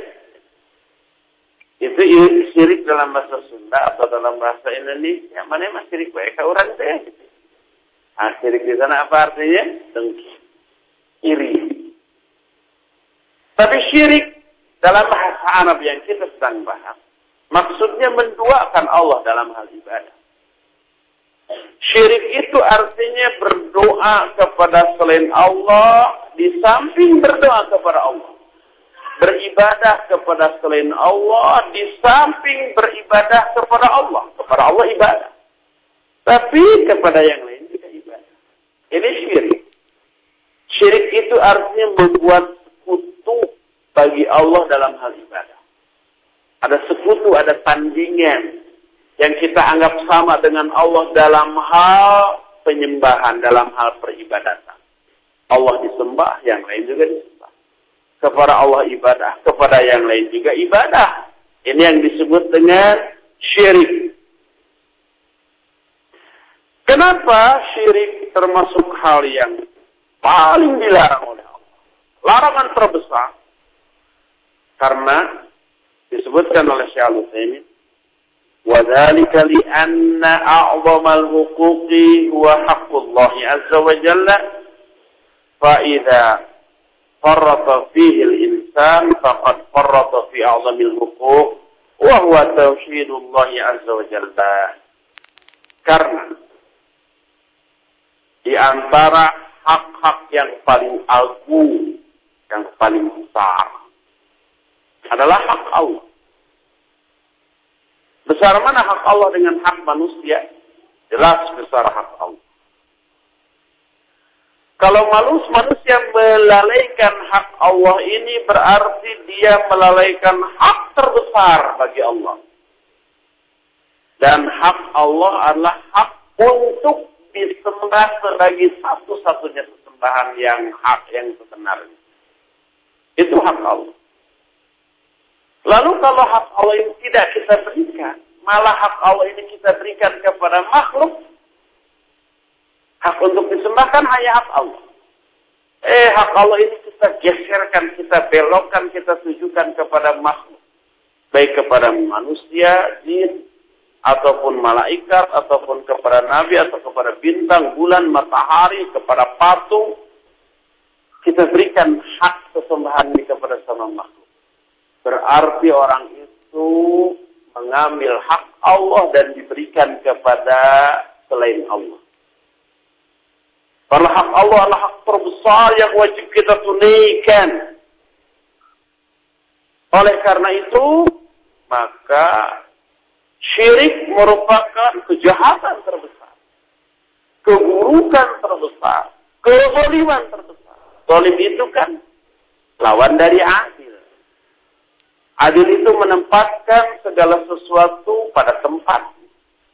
Speaker 1: Itu syirik dalam bahasa Sunda atau dalam bahasa Indonesia. Mana mas syirik baik orang teh. Nah, syirik di sana apa artinya? Dengki, iri. Tapi syirik dalam bahasa Arab yang kita sedang bahas, maksudnya menduakan Allah dalam hal ibadah. Syirik itu artinya berdoa kepada selain Allah di samping berdoa kepada Allah. Beribadah kepada selain Allah di samping beribadah kepada Allah. Kepada Allah ibadah. Tapi kepada yang lain juga ibadah. Ini syirik. Syirik itu artinya membuat sekutu bagi Allah dalam hal ibadah. Ada sekutu, ada tandingan yang kita anggap sama dengan Allah dalam hal penyembahan, dalam hal peribadatan. Allah disembah, yang lain juga disembah. Kepada Allah ibadah, kepada yang lain juga ibadah. Ini yang disebut dengan syirik. Kenapa syirik termasuk hal yang paling dilarang oleh Allah? Larangan terbesar. Karena disebutkan oleh Syekh Al-Utsaimin, وَذَلِكَ لِأَنَّ أَعْظَمَ الْحُقُوقِ هُوَ حَقُّ اللَّهِ عَزَّ وَجَلَّ فَإِذَا فَرَّطَ فِيهِ الْإِنسَانِ فَقَدْ فَرَّطَ فِي أَعْظَمِ الْحُقُوقِ وَهُوَ تَوْحِيدُ اللَّهِ عَزَّ وَجَلَّ. Karena di antara hak-hak yang paling agung, yang paling besar adalah hak Allah. Besar mana hak Allah dengan hak manusia? Jelas besar hak Allah. Kalau manusia melalaikan hak Allah ini berarti dia melalaikan hak terbesar bagi Allah. Dan hak Allah adalah hak untuk disembah sebagai satu-satunya sesembahan yang hak yang sebenarnya. Itu hak Allah. Lalu kalau hak Allah ini tidak kita berikan, malah hak Allah ini kita berikan kepada makhluk, hak untuk disembahkan hanya hak Allah. Hak Allah ini kita geserkan, kita belokkan, kita tujukan kepada makhluk. Baik kepada manusia, jin, ataupun malaikat, ataupun kepada nabi, atau kepada bintang, bulan, matahari, kepada patung. Kita berikan hak sesembahan ini kepada sama makhluk. Berarti orang itu mengambil hak Allah dan diberikan kepada selain Allah. Karena hak Allah adalah hak terbesar yang wajib kita tunaikan. Oleh karena itu, maka syirik merupakan kejahatan terbesar, keburukan terbesar, kezaliman terbesar. Zalim itu kan lawan dari adil. Adil itu menempatkan segala sesuatu pada tempatnya.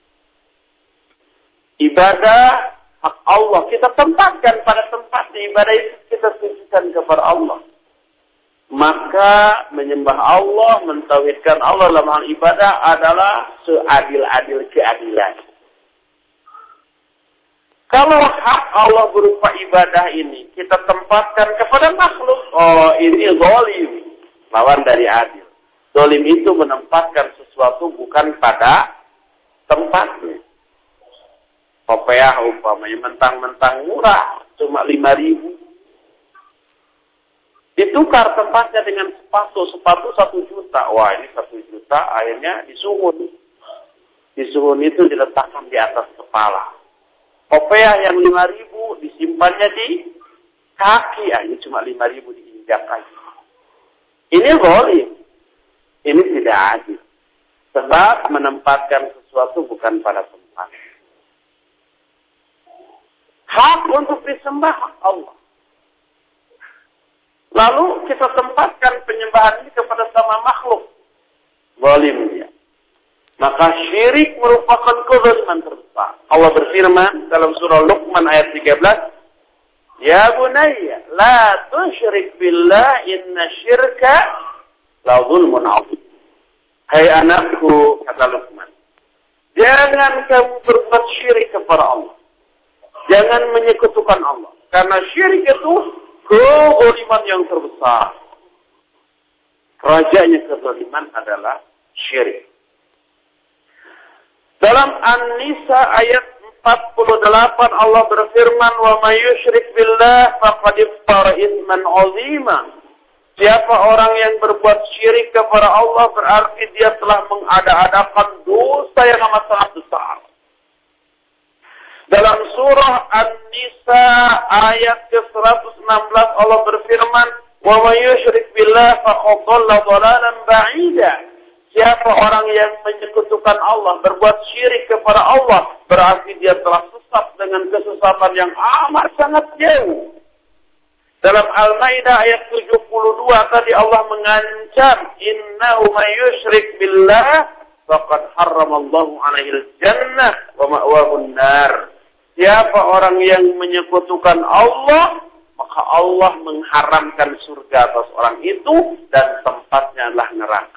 Speaker 1: Ibadah hak Allah kita tempatkan pada tempatnya. Ibadah itu kita tujukan kepada Allah. Maka menyembah Allah, mentauhidkan Allah dalam hal ibadah adalah seadil-adil keadilan. Kalau hak Allah berupa ibadah ini kita tempatkan kepada makhluk, ini zalim, lawan dari adil. Zalim itu menempatkan sesuatu bukan pada tempatnya. Kopiah umpamanya mentang-mentang murah, cuma 5.000. Ditukar tempatnya dengan sepatu 1 juta. Wah, ini 1 juta akhirnya disuhun. Disuhun itu diletakkan di atas kepala. Kopiah yang 5.000 disimpannya di kaki. Ini cuma 5.000 diinjak aja. Ini zalim. Ini tidak adil. Sebab menempatkan sesuatu bukan pada tempat. Hak untuk disembah hak Allah. Lalu kita tempatkan penyembahan ini kepada sama makhluk. Zalim dia. Maka syirik merupakan kezaliman terbesar. Allah berfirman dalam surah Luqman ayat 13. Ya bunayya, la tusyrik billah inna syirka la zulmun 'adzim. Hai anakku, kata Luqman. Jangan kamu berbuat syirik kepada Allah. Jangan menyekutukan Allah. Karena syirik itu kezaliman yang terbesar. Rajanya kezaliman adalah syirik. Dalam An-Nisa ayat 48 Allah berfirman, "Wa may yusyrik billah faqad iftara itsman 'azima." Siapa orang yang berbuat syirik kepada Allah berarti dia telah mengada-adakan dosa yang amat sangat besar. Dalam surah An-Nisa ayat ke-116 Allah berfirman, "Wa may yusyrik billah faqad dhalla dhalalan ba'ida." Siapa orang yang menyekutukan Allah, berbuat syirik kepada Allah, berarti dia telah sesat dengan kesesatan yang amat sangat jauh. Dalam Al-Maidah ayat 72 tadi Allah mengancam, "Innahu may yusyrik billah faqad harramallahu 'alaihil jannah wa ma'wahun nar." Siapa orang yang menyekutukan Allah, maka Allah mengharamkan surga atas orang itu dan tempatnya adalah neraka.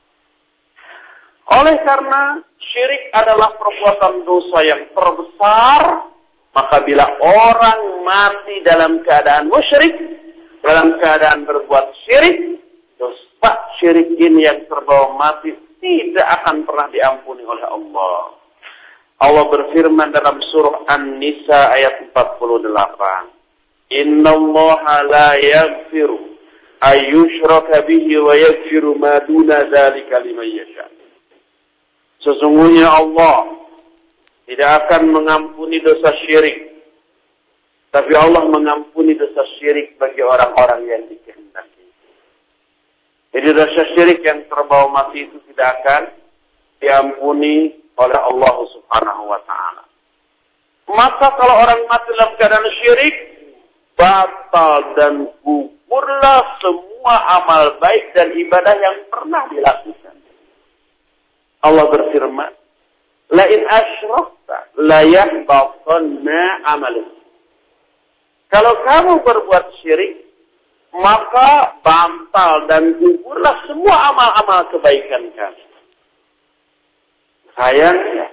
Speaker 1: Oleh karena syirik adalah perbuatan dosa yang terbesar, maka bila orang mati dalam keadaan musyrik, dalam keadaan berbuat syirik, dosa syirik ini yang terbawa mati tidak akan pernah diampuni oleh Allah. Allah berfirman dalam surah An-Nisa ayat 48. Innallaha la yaghfiru ayyushraka bihi wa yaghfiru ma duna dzalika liman yasha. Sesungguhnya Allah tidak akan mengampuni dosa syirik. Tapi Allah mengampuni dosa syirik bagi orang-orang yang dikehendaki. Jadi dosa syirik yang terbawa mati itu tidak akan diampuni oleh Allah Subhanahu wa ta'ala. Maka kalau orang mati dalam keadaan syirik, batal dan gugurlah semua amal baik dan ibadah yang pernah dilakukan. Allah berfirman, la in asyrakta la yahbatanna amaluk. Kalau kamu berbuat syirik, maka batal dan gugurlah semua amal-amal kebaikan kamu. Sayangnya,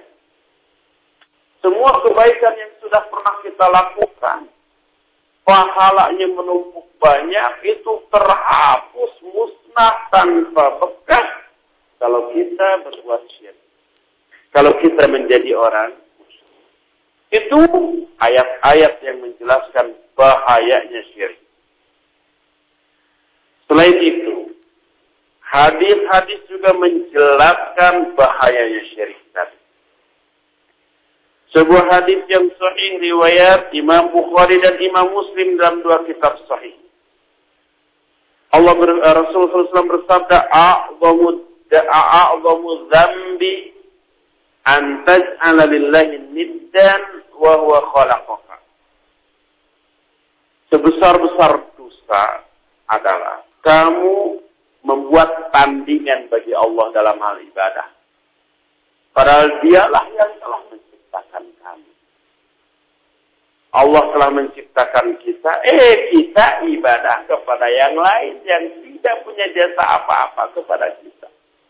Speaker 1: semua kebaikan yang sudah pernah kita lakukan, pahalanya menumpuk banyak, itu terhapus, musnah tanpa bekas kalau kita berbuat syirik. Kalau kita menjadi orang musyrik. Itu ayat-ayat yang menjelaskan bahayanya syirik. Selain itu, hadis-hadis juga menjelaskan bahayanya syirik tadi. Sebuah hadis yang sahih riwayat Imam Bukhari dan Imam Muslim dalam dua kitab sahih. Rasulullah SAW bersabda, "A'zamu dzambi an taj'ala lillahi niddan wa huwa khalaqaka." Sebesar-besar dosa adalah kamu membuat tandingan bagi Allah dalam hal ibadah. Padahal dialah yang telah menciptakan kamu. Allah telah menciptakan kita. Kita ibadah kepada yang lain yang tidak punya jasa apa-apa kepada kita.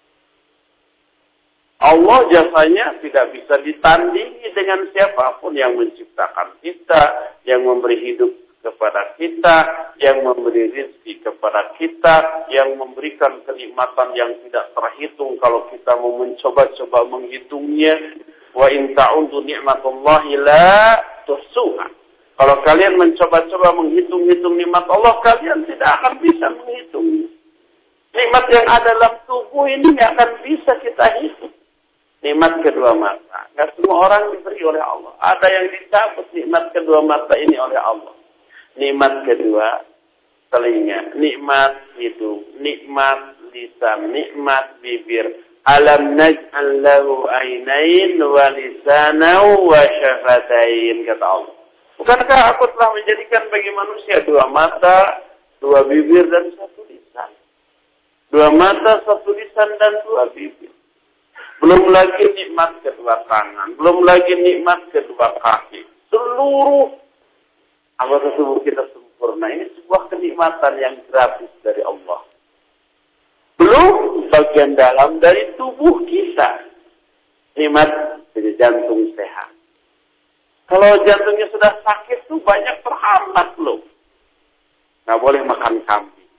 Speaker 1: Allah jasanya tidak bisa ditandingi dengan siapapun yang menciptakan kita, yang memberi hidup kepada kita, yang memberi rezeki kepada kita, yang memberikan kenikmatan yang tidak terhitung kalau kita mau mencoba-coba menghitungnya. Wa in ta'udu ni'matullahi la tuhsuha. Kalau kalian mencoba-coba menghitung-hitung nikmat Allah, kalian tidak akan bisa menghitungnya. Nikmat yang ada dalam tubuh ini tidak akan bisa kita hitung. Nikmat kedua mata. Tidak semua orang diberi oleh Allah. Ada yang dicabut nikmat kedua mata ini oleh Allah. Nikmat kedua, telinga. Nikmat hidung. Nikmat lisan. Nikmat bibir. Alam naj'al lahu ainain wa lisanan wa syafatain, kata Allah. Bukankah aku telah menjadikan bagi manusia dua mata, dua bibir, dan satu lisan? Dua mata, satu lisan, dan dua bibir. Belum lagi nikmat kedua tangan. Belum lagi nikmat kedua kaki. Seluruh anggota tubuh kita sempurna. Ini sebuah kenikmatan yang gratis dari Allah. Belum bagian dalam dari tubuh kita. Nikmat dari jantung sehat. Kalau jantungnya sudah sakit tuh banyak terhambat loh. Nggak boleh makan kambing.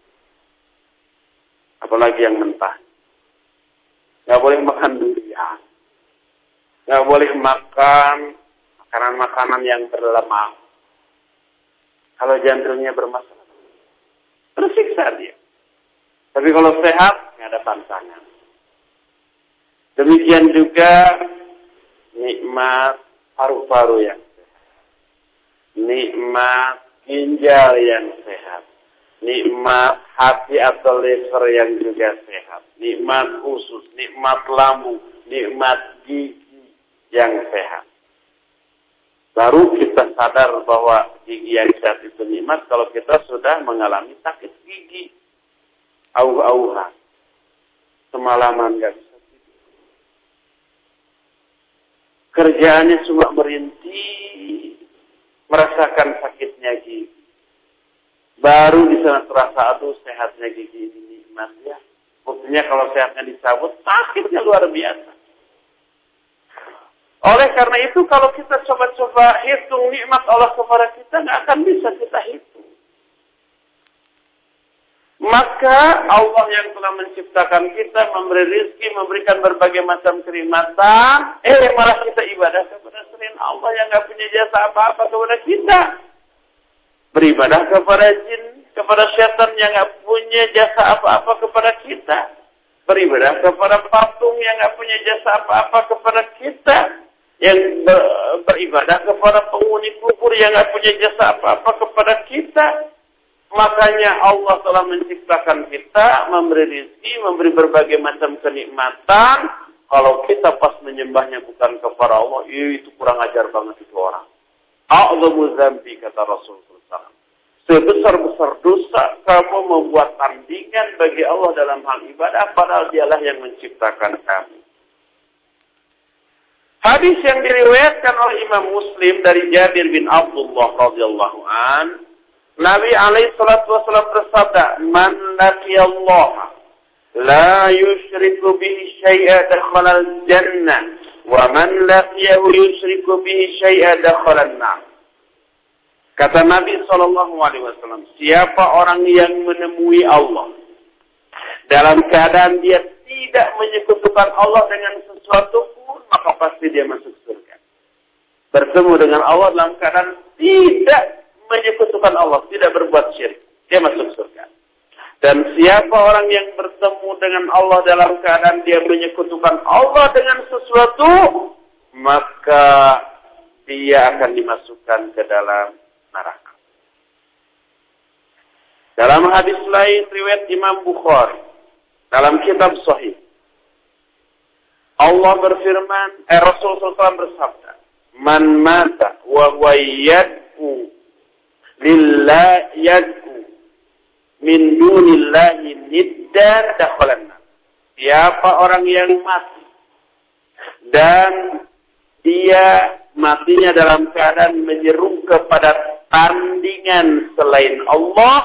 Speaker 1: Apalagi yang mentah. Nggak boleh makan durian. Nggak boleh makan makanan-makanan yang berlemak. Kalau jantungnya bermasalah, tersiksa dia. Tapi kalau sehat, nggak ada tantangan. Demikian juga nikmat paru-paru yang sehat. Nikmat ginjal yang sehat. Nikmat hati atau liver yang juga sehat. Nikmat usus, nikmat lambung, nikmat gigi yang sehat. Baru kita sadar bahwa gigi yang sehat itu nikmat kalau kita sudah mengalami sakit gigi. Auh-auhan. Semalaman gak bisa tidur. Kerjaannya cuma merintih, merasakan sakitnya gigi. Baru di sana terasa, aduh sehatnya gigi ini nikmat ya. Buktinya kalau sehatnya dicabut, sakitnya luar biasa. Oleh karena itu, kalau kita coba-coba hitung nikmat Allah kepada kita, nggak akan bisa kita hitung. Maka Allah yang telah menciptakan kita, memberi rezeki, memberikan berbagai macam kenikmatan, malah kita ibadah kepada selain Allah yang nggak punya jasa apa-apa kepada kita. Beribadah kepada jin, kepada syaitan yang nggak punya jasa apa-apa kepada kita. Beribadah kepada patung yang nggak punya jasa apa-apa kepada kita. yang beribadah kepada penghuni kubur yang nggak punya jasa apa-apa kepada kita. Makanya Allah telah menciptakan kita, memberi rezeki, memberi berbagai macam kenikmatan. Kalau kita pas menyembahnya bukan kepada Allah, itu kurang ajar banget itu orang. A'dhamu dzambi, kata Rasulullah SAW. Sebesar-besar dosa kamu membuat tandingan bagi Allah dalam hal ibadah, padahal dialah yang menciptakan kami. Hadis yang diriwayatkan oleh Imam Muslim dari Jabir bin Abdullah radhiyallahu an, Nabi alaihi salatu wasallam bersabda, "Man laqiyallaha la yusyriku bihi syai'an dakhala al-jannah, wa man laqiyahu yusyriku bihi syai'an dakhala an-nar." Kata Nabi sallallahu alaihi wasallam, siapa orang yang menemui Allah dalam keadaan dia tidak menyekutukan Allah dengan sesuatu pun, maka pasti dia masuk surga. Bertemu dengan Allah dalam keadaan tidak menyekutukan Allah, tidak berbuat syirik, dia masuk surga. Dan siapa orang yang bertemu dengan Allah dalam keadaan dia menyekutukan Allah dengan sesuatu, maka dia akan dimasukkan ke dalam neraka. Dalam hadis lain riwayat Imam Bukhari dalam kitab Sahih, Allah berfirman, Rasulullah SAW bersabda, "Man mata wa huwa yad'u lillah yad'u min dunillahi niddan dakhalan nar." Siapa orang yang mati dan dia matinya dalam keadaan menyeru kepada tandingan selain Allah,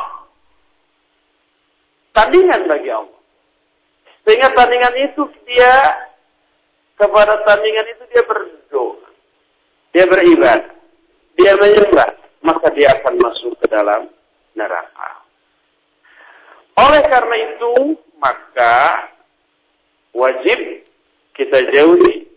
Speaker 1: tandingan bagi Allah, sehingga tandingan itu kepada tandingan itu dia berdoa, dia beribadah, dia menyembah, maka dia akan masuk ke dalam neraka. Oleh karena itu, maka wajib kita jauhi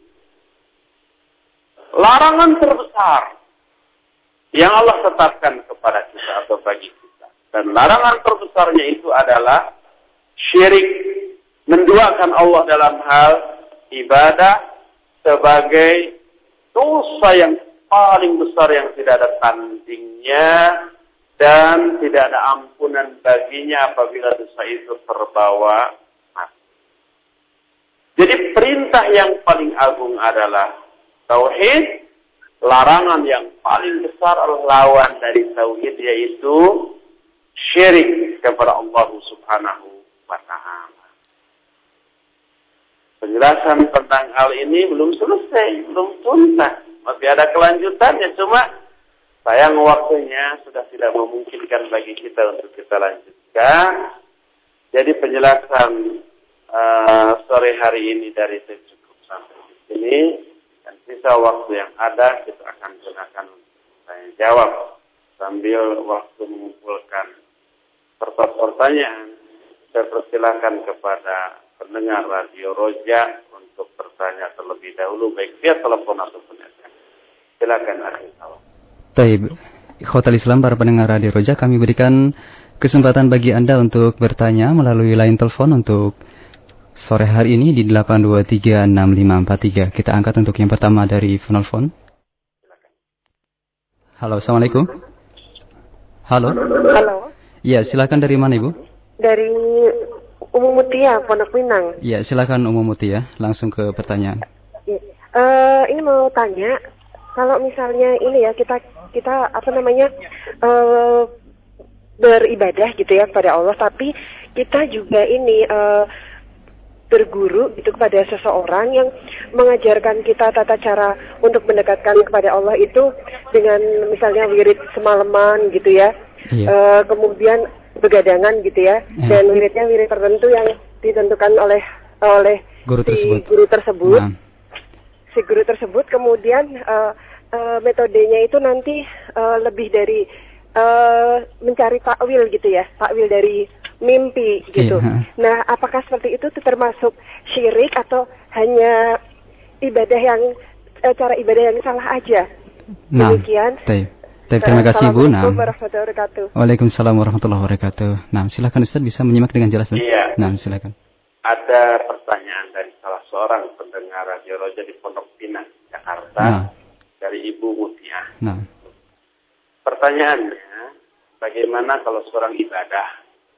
Speaker 1: larangan terbesar yang Allah tetapkan kepada kita atau bagi kita. Dan larangan terbesarnya itu adalah syirik, menduakan Allah dalam hal ibadah sebagai dosa yang paling besar yang tidak ada tandingnya dan tidak ada ampunan baginya apabila dosa itu terbawa mati. Jadi perintah yang paling agung adalah tauhid, larangan yang paling besar lawan dari tauhid yaitu syirik kepada Allah Subhanahu wa ta'ala. Penjelasan tentang hal ini belum selesai, belum tuntas. Masih ada kelanjutannya, cuma sayang waktunya sudah tidak memungkinkan bagi kita untuk kita lanjutkan. Jadi penjelasan sore hari ini dari saya cukup sampai di sini. Dan sisa waktu yang ada kita akan gunakan untuk tanya jawab sambil waktu mengumpulkan pertanyaan. Saya persilakan kepada pendengar Radio Roja untuk bertanya terlebih dahulu, baik via telepon ataupun SMS. Silakan akhir salam.
Speaker 2: Taib, Ikhwatal Islam, para pendengar Radio Roja, kami berikan kesempatan bagi Anda untuk bertanya melalui line telepon untuk sore hari ini di 8236543. Kita angkat untuk yang pertama dari penelpon. Halo, Assalamualaikum. Halo.
Speaker 3: Halo.
Speaker 2: Ya, silakan, dari mana Ibu?
Speaker 3: Dari Umu Mutia, Pondok Pinang.
Speaker 2: Ya, silakan Umu Mutia, langsung ke pertanyaan.
Speaker 3: Ini mau tanya, kalau misalnya ini ya kita beribadah gitu ya kepada Allah, tapi kita juga ini berguru gitu kepada seseorang yang mengajarkan kita tata cara untuk mendekatkan kepada Allah itu dengan misalnya wirid semalaman gitu ya. Iya. Kemudian begadangan gitu ya. Dan wiridnya wirid tertentu yang ditentukan oleh
Speaker 2: guru tersebut.
Speaker 3: Nah. Si guru tersebut kemudian metodenya itu nanti lebih dari mencari takwil gitu ya, takwil dari mimpi gitu. Iya. Nah, apakah seperti itu termasuk syirik atau hanya cara ibadah yang salah aja?
Speaker 2: Nah,
Speaker 3: demikian.
Speaker 2: Terima kasih Bu.
Speaker 3: Assalamualaikum warahmatullahi wabarakatuh.
Speaker 2: Waalaikumsalam warahmatullahi wabarakatuh. Nah, silakan Ustaz, bisa menyimak dengan jelas.
Speaker 1: Iya.
Speaker 2: Nah, silakan.
Speaker 1: Ada pertanyaan dari salah seorang pendengar Radio Roja di Pondok Pinang, Jakarta. Jakarta dari Ibu Mutia.
Speaker 2: Nah.
Speaker 1: Pertanyaannya, bagaimana kalau seorang ibadah,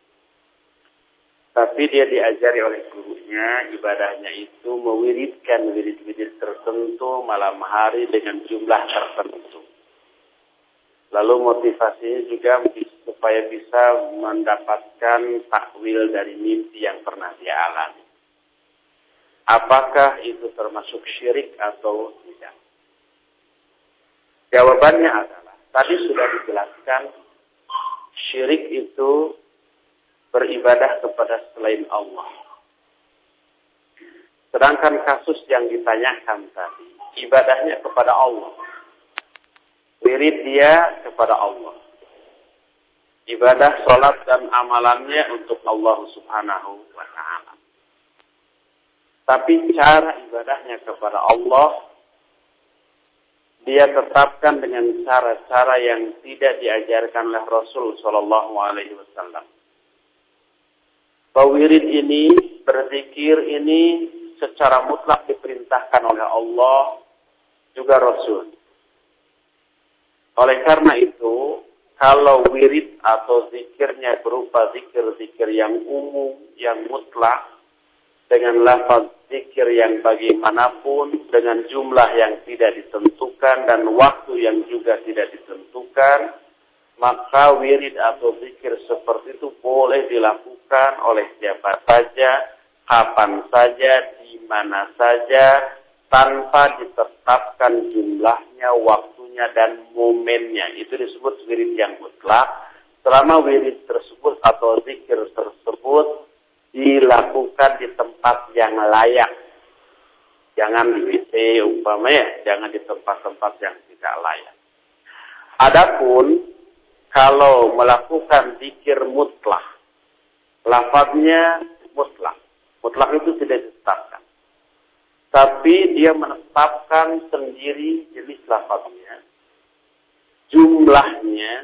Speaker 1: tapi dia diajari oleh gurunya, ibadahnya itu mewiridkan wirid-wirid tertentu malam hari dengan jumlah tertentu. Lalu motivasinya juga supaya bisa mendapatkan takwil dari mimpi yang pernah dia alami. Apakah itu termasuk syirik atau tidak? Jawabannya adalah, tadi sudah dijelaskan, syirik itu beribadah kepada selain Allah. Sedangkan kasus yang ditanyakan tadi, ibadahnya kepada Allah. Wirid dia kepada Allah. Ibadah, sholat, dan amalannya untuk Allah Subhanahu wa Ta'ala. Tapi cara ibadahnya kepada Allah, dia tetapkan dengan cara-cara yang tidak diajarkan oleh Rasul Sallallahu Alaihi Wasallam. Wirid ini, berzikir ini secara mutlak diperintahkan oleh Allah juga Rasul. Oleh karena itu, kalau wirid atau zikirnya berupa zikir-zikir yang umum, yang mutlak, dengan lafaz zikir yang bagaimanapun, dengan jumlah yang tidak ditentukan dan waktu yang juga tidak ditentukan, maka wirid atau zikir seperti itu boleh dilakukan oleh siapa saja, kapan saja, di mana saja, tanpa ditetapkan jumlahnya, waktunya, dan momennya. Itu disebut wirid yang mutlak. Selama wirid tersebut atau zikir tersebut dilakukan di tempat yang layak. Jangan di WC umpamanya, jangan di tempat-tempat yang tidak layak. Adapun kalau melakukan zikir mutlak, lafaznya mutlak. Mutlak itu tidak ditetapkan. Tapi dia menetapkan sendiri jenis lafaznya, jumlahnya,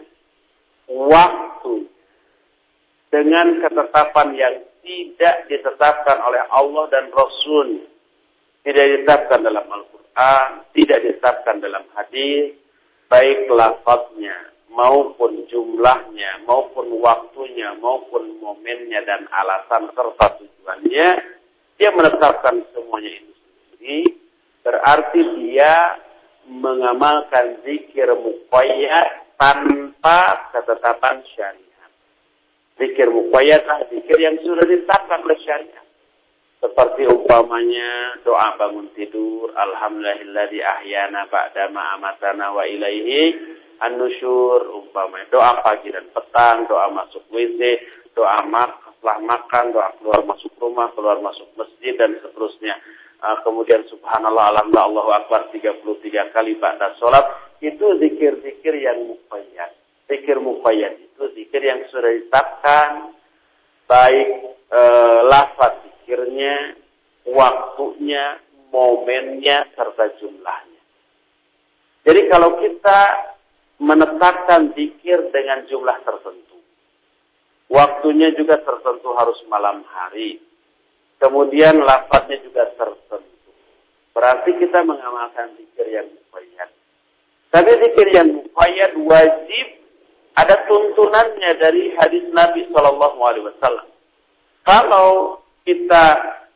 Speaker 1: waktu, dengan ketetapan yang tidak ditetapkan oleh Allah dan Rasul. Tidak ditetapkan dalam Al-Quran, tidak ditetapkan dalam hadis, baik lafaznya, maupun jumlahnya, maupun waktunya, maupun momennya dan alasan serta tujuannya. Dia menetapkan semuanya itu sendiri. Berarti dia mengamalkan zikir muqayyad tanpa ketetapan syariat. Zikir muqayyad adalah zikir yang sudah ditetapkan oleh syariat. Seperti umpamanya doa bangun tidur, alhamdulillahilladzi ahyana ba'dama amatana wa ilaihi an-nusyur, umpamanya doa pagi dan petang, doa masuk WC, doa setelah makan, doa keluar masuk rumah, keluar masuk masjid, dan seterusnya. Kemudian subhanallah, alhamdulillah, Allahu akbar 33 kali ba'da sholat. Itu zikir-zikir yang muqayyad. Zikir muqayyad itu zikir yang sudah ditetapkan, baik lafaz zikirnya, waktunya, momennya, serta jumlahnya. Jadi kalau kita menetapkan zikir dengan jumlah tertentu, waktunya juga tertentu harus malam hari, kemudian lafaznya juga tertentu, berarti kita mengamalkan zikir yang muqayyad. Tapi zikir yang muqayyad wajib ada tuntunannya dari hadis Nabi Sallallahu Alaihi Wasallam. Kalau kita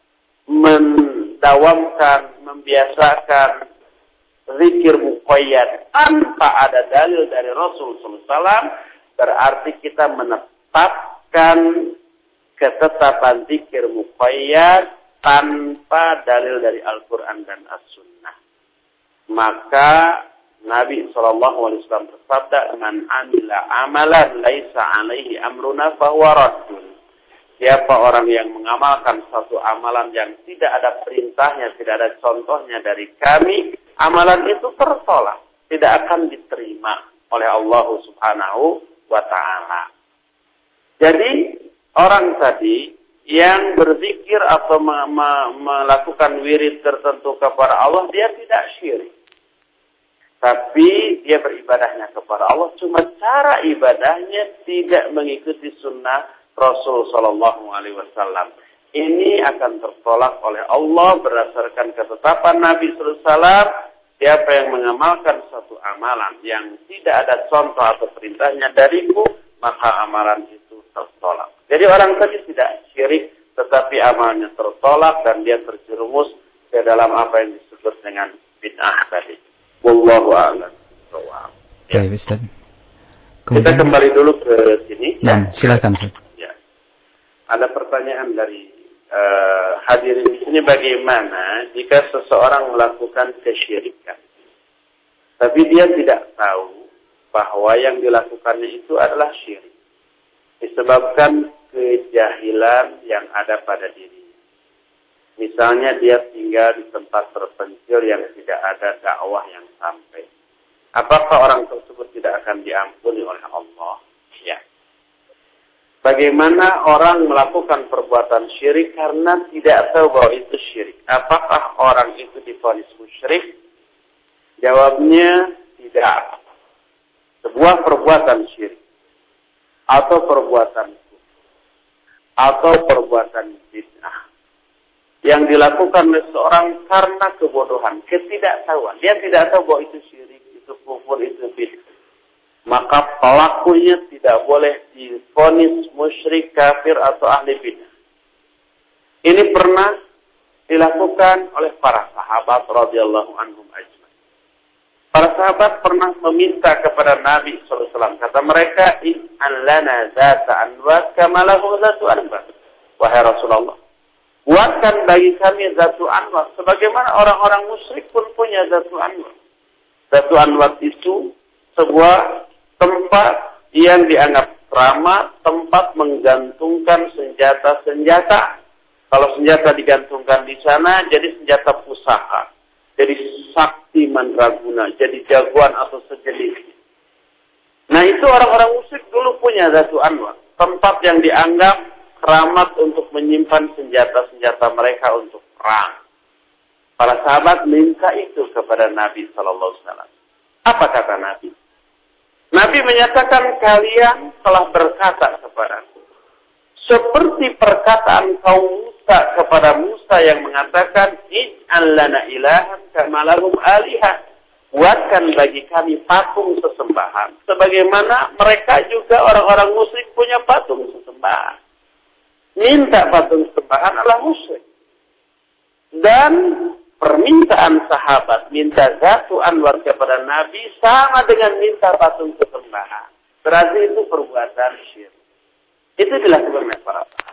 Speaker 1: mendawamkan, membiasakan zikir muqayyad tanpa ada dalil dari Rasul Sallallahu Alaihi Wasallam, berarti kita menetapkan ketetapan zikir muqayyad tanpa dalil dari Al-Quran dan As-Sunnah. Maka Nabi SAW bersabda, "Man amila amalan laisa alaihi amruna fahuwa raddun." Siapa orang yang mengamalkan satu amalan yang tidak ada perintahnya, tidak ada contohnya dari kami, amalan itu tertolak, tidak akan diterima oleh Allah Subhanahu wa Ta'ala. Jadi orang tadi yang berzikir atau melakukan wirid tertentu kepada Allah, dia tidak syirik. Tapi dia beribadahnya kepada Allah, cuma cara ibadahnya tidak mengikuti sunnah Rasul Sallallahu Alaihi Wasallam. Ini akan tertolak oleh Allah berdasarkan ketetapan Nabi Sallallahu Alaihi Wasallam. siapa yang mengamalkan suatu amalan yang tidak ada contoh atau perintahnya dariku, maka amalan itu tertolak. Jadi orang tadi tidak syirik, tetapi amalnya tertolak dan dia terjerumus ke dalam apa yang disebut dengan bid'ah tadi. Wallahu a'lam.
Speaker 2: Ya, Ustaz.
Speaker 1: Kita kembali dulu ke sini.
Speaker 2: Nah, silakan, Ustaz.
Speaker 1: Ya. Ada pertanyaan dari hadirin di sini, bagaimana jika seseorang melakukan kesyirikan, tapi dia tidak tahu bahwa yang dilakukannya itu adalah syirik, disebabkan kejahilan yang ada pada diri. Misalnya dia tinggal di tempat terpencil yang tidak ada dakwah yang sampai. Apakah orang tersebut tidak akan diampuni oleh Allah? Ya. Bagaimana orang melakukan perbuatan syirik karena tidak tahu bahwa itu syirik? Apakah orang itu divonis musyrik? Jawabnya tidak. Sebuah perbuatan syirik atau perbuatan kufur atau perbuatan bid'ah yang dilakukan oleh seorang karena kebodohan, ketidaktahuan. Dia tidak tahu bahwa itu syirik, itu kufur, itu bid'ah. Maka pelakunya tidak boleh divonis musyrik, kafir atau ahli bid'ah. Ini pernah dilakukan oleh para sahabat radhiyallahu anhum ajma'in. Para sahabat pernah meminta kepada Nabi SAW. Kata mereka, "Ij'al lana dzata anwat kama lahu dzatu anwat." Wahai Rasulullah, buatkan bagi kami dzatu anwat sebagaimana orang-orang musyrik pun punya dzatu anwat. Dzatu anwat itu sebuah tempat yang dianggap keramat, tempat menggantungkan senjata-senjata. Kalau senjata digantungkan di sana, jadi senjata pusaka, jadi sakti mandraguna, jadi jagoan atau sejenis. Nah, itu orang-orang musyrik dulu punya dzatu anwat, tempat yang dianggap keramat untuk menyimpan senjata-senjata mereka untuk perang. Para sahabat minta itu kepada Nabi Sallallahu Alaihi Wasallam. Apa kata Nabi? Nabi menyatakan, kalian telah berkata kepadaku seperti perkataan kaum Musa kepada Musa yang mengatakan, "Ij'al lana ilahan kama lahum alihah." Buatkan bagi kami patung sesembahan sebagaimana mereka juga orang-orang musyrik punya patung sesembahan. Minta patung sesembahan adalah musyrik. Dan permintaan sahabat minta dzatu anwar kepada Nabi sama dengan minta patung sesembahan. Berarti itu perbuatan syirik. Itu dilakukan oleh para sahabat.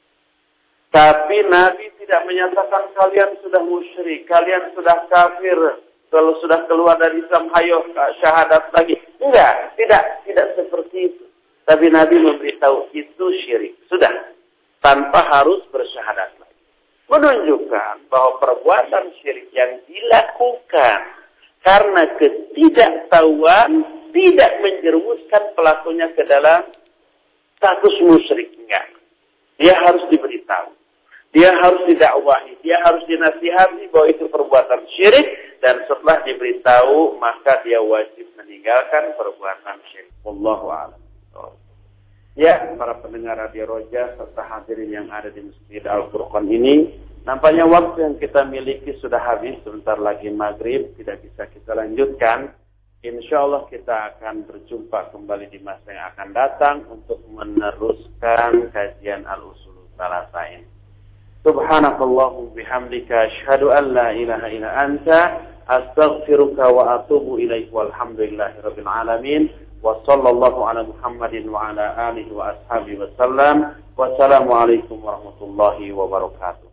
Speaker 1: Tapi Nabi tidak menyatakan kalian sudah musyrik, kalian sudah kafir, kalau sudah keluar dari Islam, hayo syahadat lagi. Enggak, tidak seperti itu. Tapi Nabi memberitahu itu syirik. Sudah, tanpa harus bersyahadat lagi. Menunjukkan bahwa perbuatan syirik yang dilakukan karena ketidaktahuan tidak menjerumuskan pelakunya ke dalam status musyrik. Enggak. Dia harus diberitahu. Dia harus didakwahi. Dia harus dinasihati bahwa itu perbuatan syirik. Dan setelah diberitahu, maka dia wajib meninggalkan perbuatan syirik. Wallahu a'lam. Ya, para pendengar Radio Roja serta hadirin yang ada di Masjid Al-Furqan ini, nampaknya waktu yang kita miliki sudah habis. Sebentar lagi maghrib, tidak bisa kita lanjutkan. InsyaAllah kita akan berjumpa kembali di masa yang akan datang untuk meneruskan kajian Al-Usul Thalathain. Subhanakallahu bihamdika asyhadu an la ilaha illa anta astaghfiruka wa atubu ilaik walhamdulillahirabbil alamin wa sallallahu ala Muhammadin wa ala alihi wa ashabihi wa sallam. Wassalamualaikum warahmatullahi wabarakatuh.